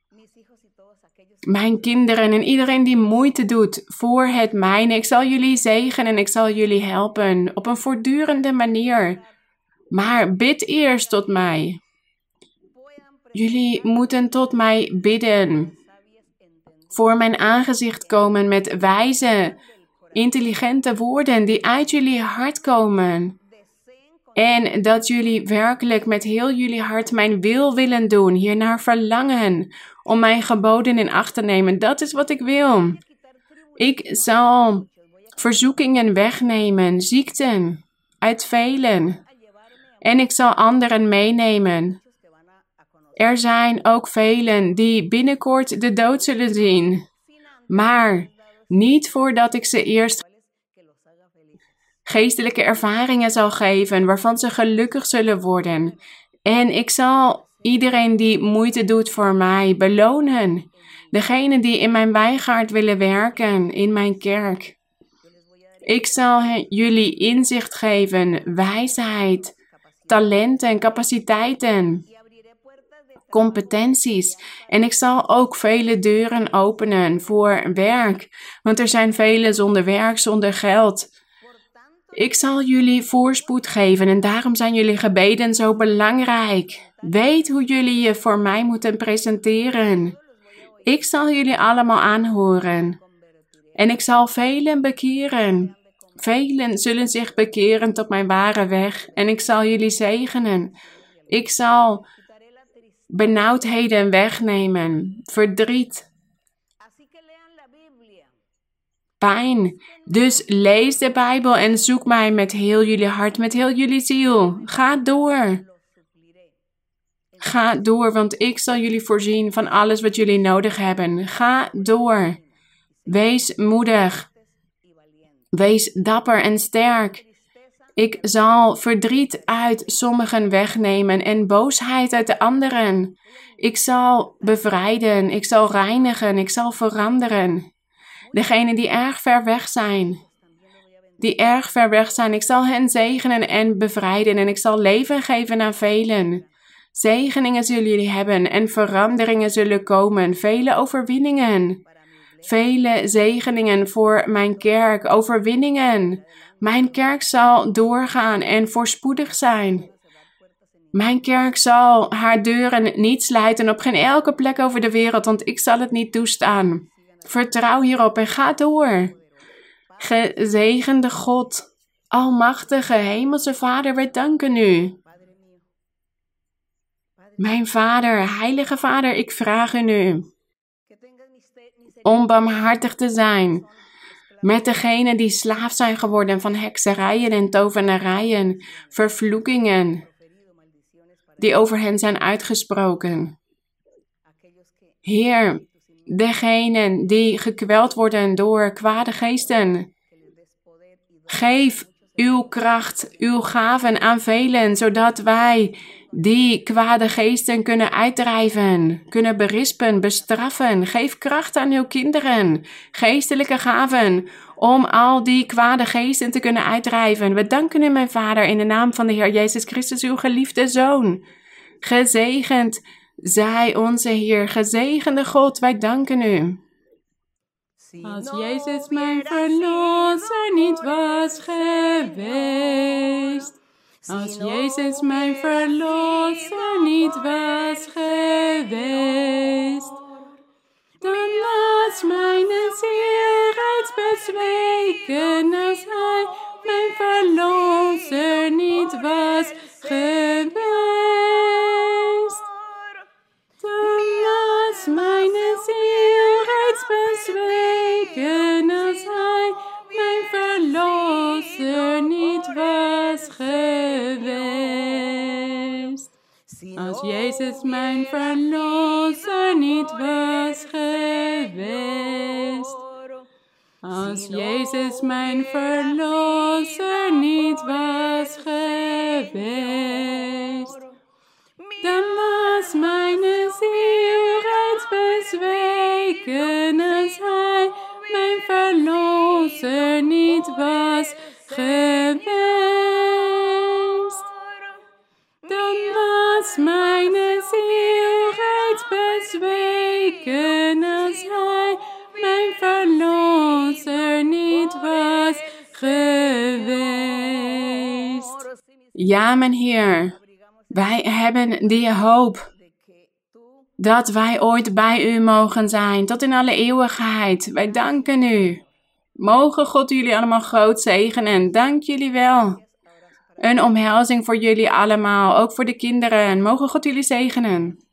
Mijn kinderen en iedereen die moeite doet voor het mijne, ik zal jullie zegenen en ik zal jullie helpen op een voortdurende manier. Maar bid eerst tot mij. Jullie moeten tot mij bidden. Voor mijn aangezicht komen met wijze, intelligente woorden die uit jullie hart komen. En dat jullie werkelijk met heel jullie hart mijn wil willen doen. Hiernaar verlangen om mijn geboden in acht te nemen. Dat is wat ik wil. Ik zal verzoekingen wegnemen, ziekten uit velen. En ik zal anderen meenemen. Er zijn ook velen die binnenkort de dood zullen zien. Maar niet voordat ik ze eerst geestelijke ervaringen zal geven, waarvan ze gelukkig zullen worden. En ik zal iedereen die moeite doet voor mij belonen. Degenen die in mijn wijngaard willen werken, in mijn kerk. Ik zal jullie inzicht geven, wijsheid, talenten, capaciteiten, competenties. En ik zal ook vele deuren openen voor werk. Want er zijn velen zonder werk, zonder geld. Ik zal jullie voorspoed geven en daarom zijn jullie gebeden zo belangrijk. Weet hoe jullie je voor mij moeten presenteren. Ik zal jullie allemaal aanhoren. En ik zal velen bekeren. Velen zullen zich bekeren tot mijn ware weg. En ik zal jullie zegenen. Ik zal benauwdheden wegnemen. Verdriet. Pijn. Dus lees de Bijbel en zoek mij met heel jullie hart, met heel jullie ziel. Ga door. Ga door, want ik zal jullie voorzien van alles wat jullie nodig hebben. Ga door. Wees moedig. Wees dapper en sterk. Ik zal verdriet uit sommigen wegnemen en boosheid uit de anderen. Ik zal bevrijden, ik zal reinigen, ik zal veranderen. Degenen die erg ver weg zijn, ik zal hen zegenen en bevrijden en ik zal leven geven aan velen. Zegeningen zullen jullie hebben en veranderingen zullen komen, vele overwinningen. Vele zegeningen voor mijn kerk, overwinningen. Mijn kerk zal doorgaan en voorspoedig zijn. Mijn kerk zal haar deuren niet sluiten op geen elke plek over de wereld, want ik zal het niet toestaan. Vertrouw hierop en ga door. Gezegende God, almachtige hemelse Vader, wij danken u. Mijn Vader, heilige Vader, ik vraag u nu om barmhartig te zijn met degenen die slaaf zijn geworden van hekserijen en tovenarijen, vervloekingen die over hen zijn uitgesproken. Heer, degenen die gekweld worden door kwade geesten, geef uw kracht, uw gaven aan velen, zodat wij die kwade geesten kunnen uitdrijven, kunnen berispen, bestraffen. Geef kracht aan uw kinderen, geestelijke gaven, om al die kwade geesten te kunnen uitdrijven. We danken u, mijn Vader, in de naam van de Heer Jezus Christus, uw geliefde Zoon. Gezegend zij onze Heer, gezegende God, wij danken u. Als Jezus mijn verlosser niet was geweest, als Jezus mijn verlosser niet was geweest, dan was mijn ziel reeds bezweken. Als Hij mijn verlosser niet was geweest, dan was mijn ziel reeds bezweken. Als Hij mijn verlosser niet was geweest. Als Jezus mijn verlosser niet was geweest. Als Jezus mijn verlosser niet was geweest, dan was mijn ziel reeds bezweken. Als Hij mijn verlosser niet was geweest, dan was mijn ziel reeds bezweken. Als Hij mijn verlosser niet was geweest. Ja, mijn Heer, wij hebben die hoop dat wij ooit bij u mogen zijn, tot in alle eeuwigheid. Wij danken u. Mogen God jullie allemaal groot zegenen. Dank jullie wel Een omhelzing voor jullie allemaal, ook voor de kinderen. Mogen God jullie zegenen.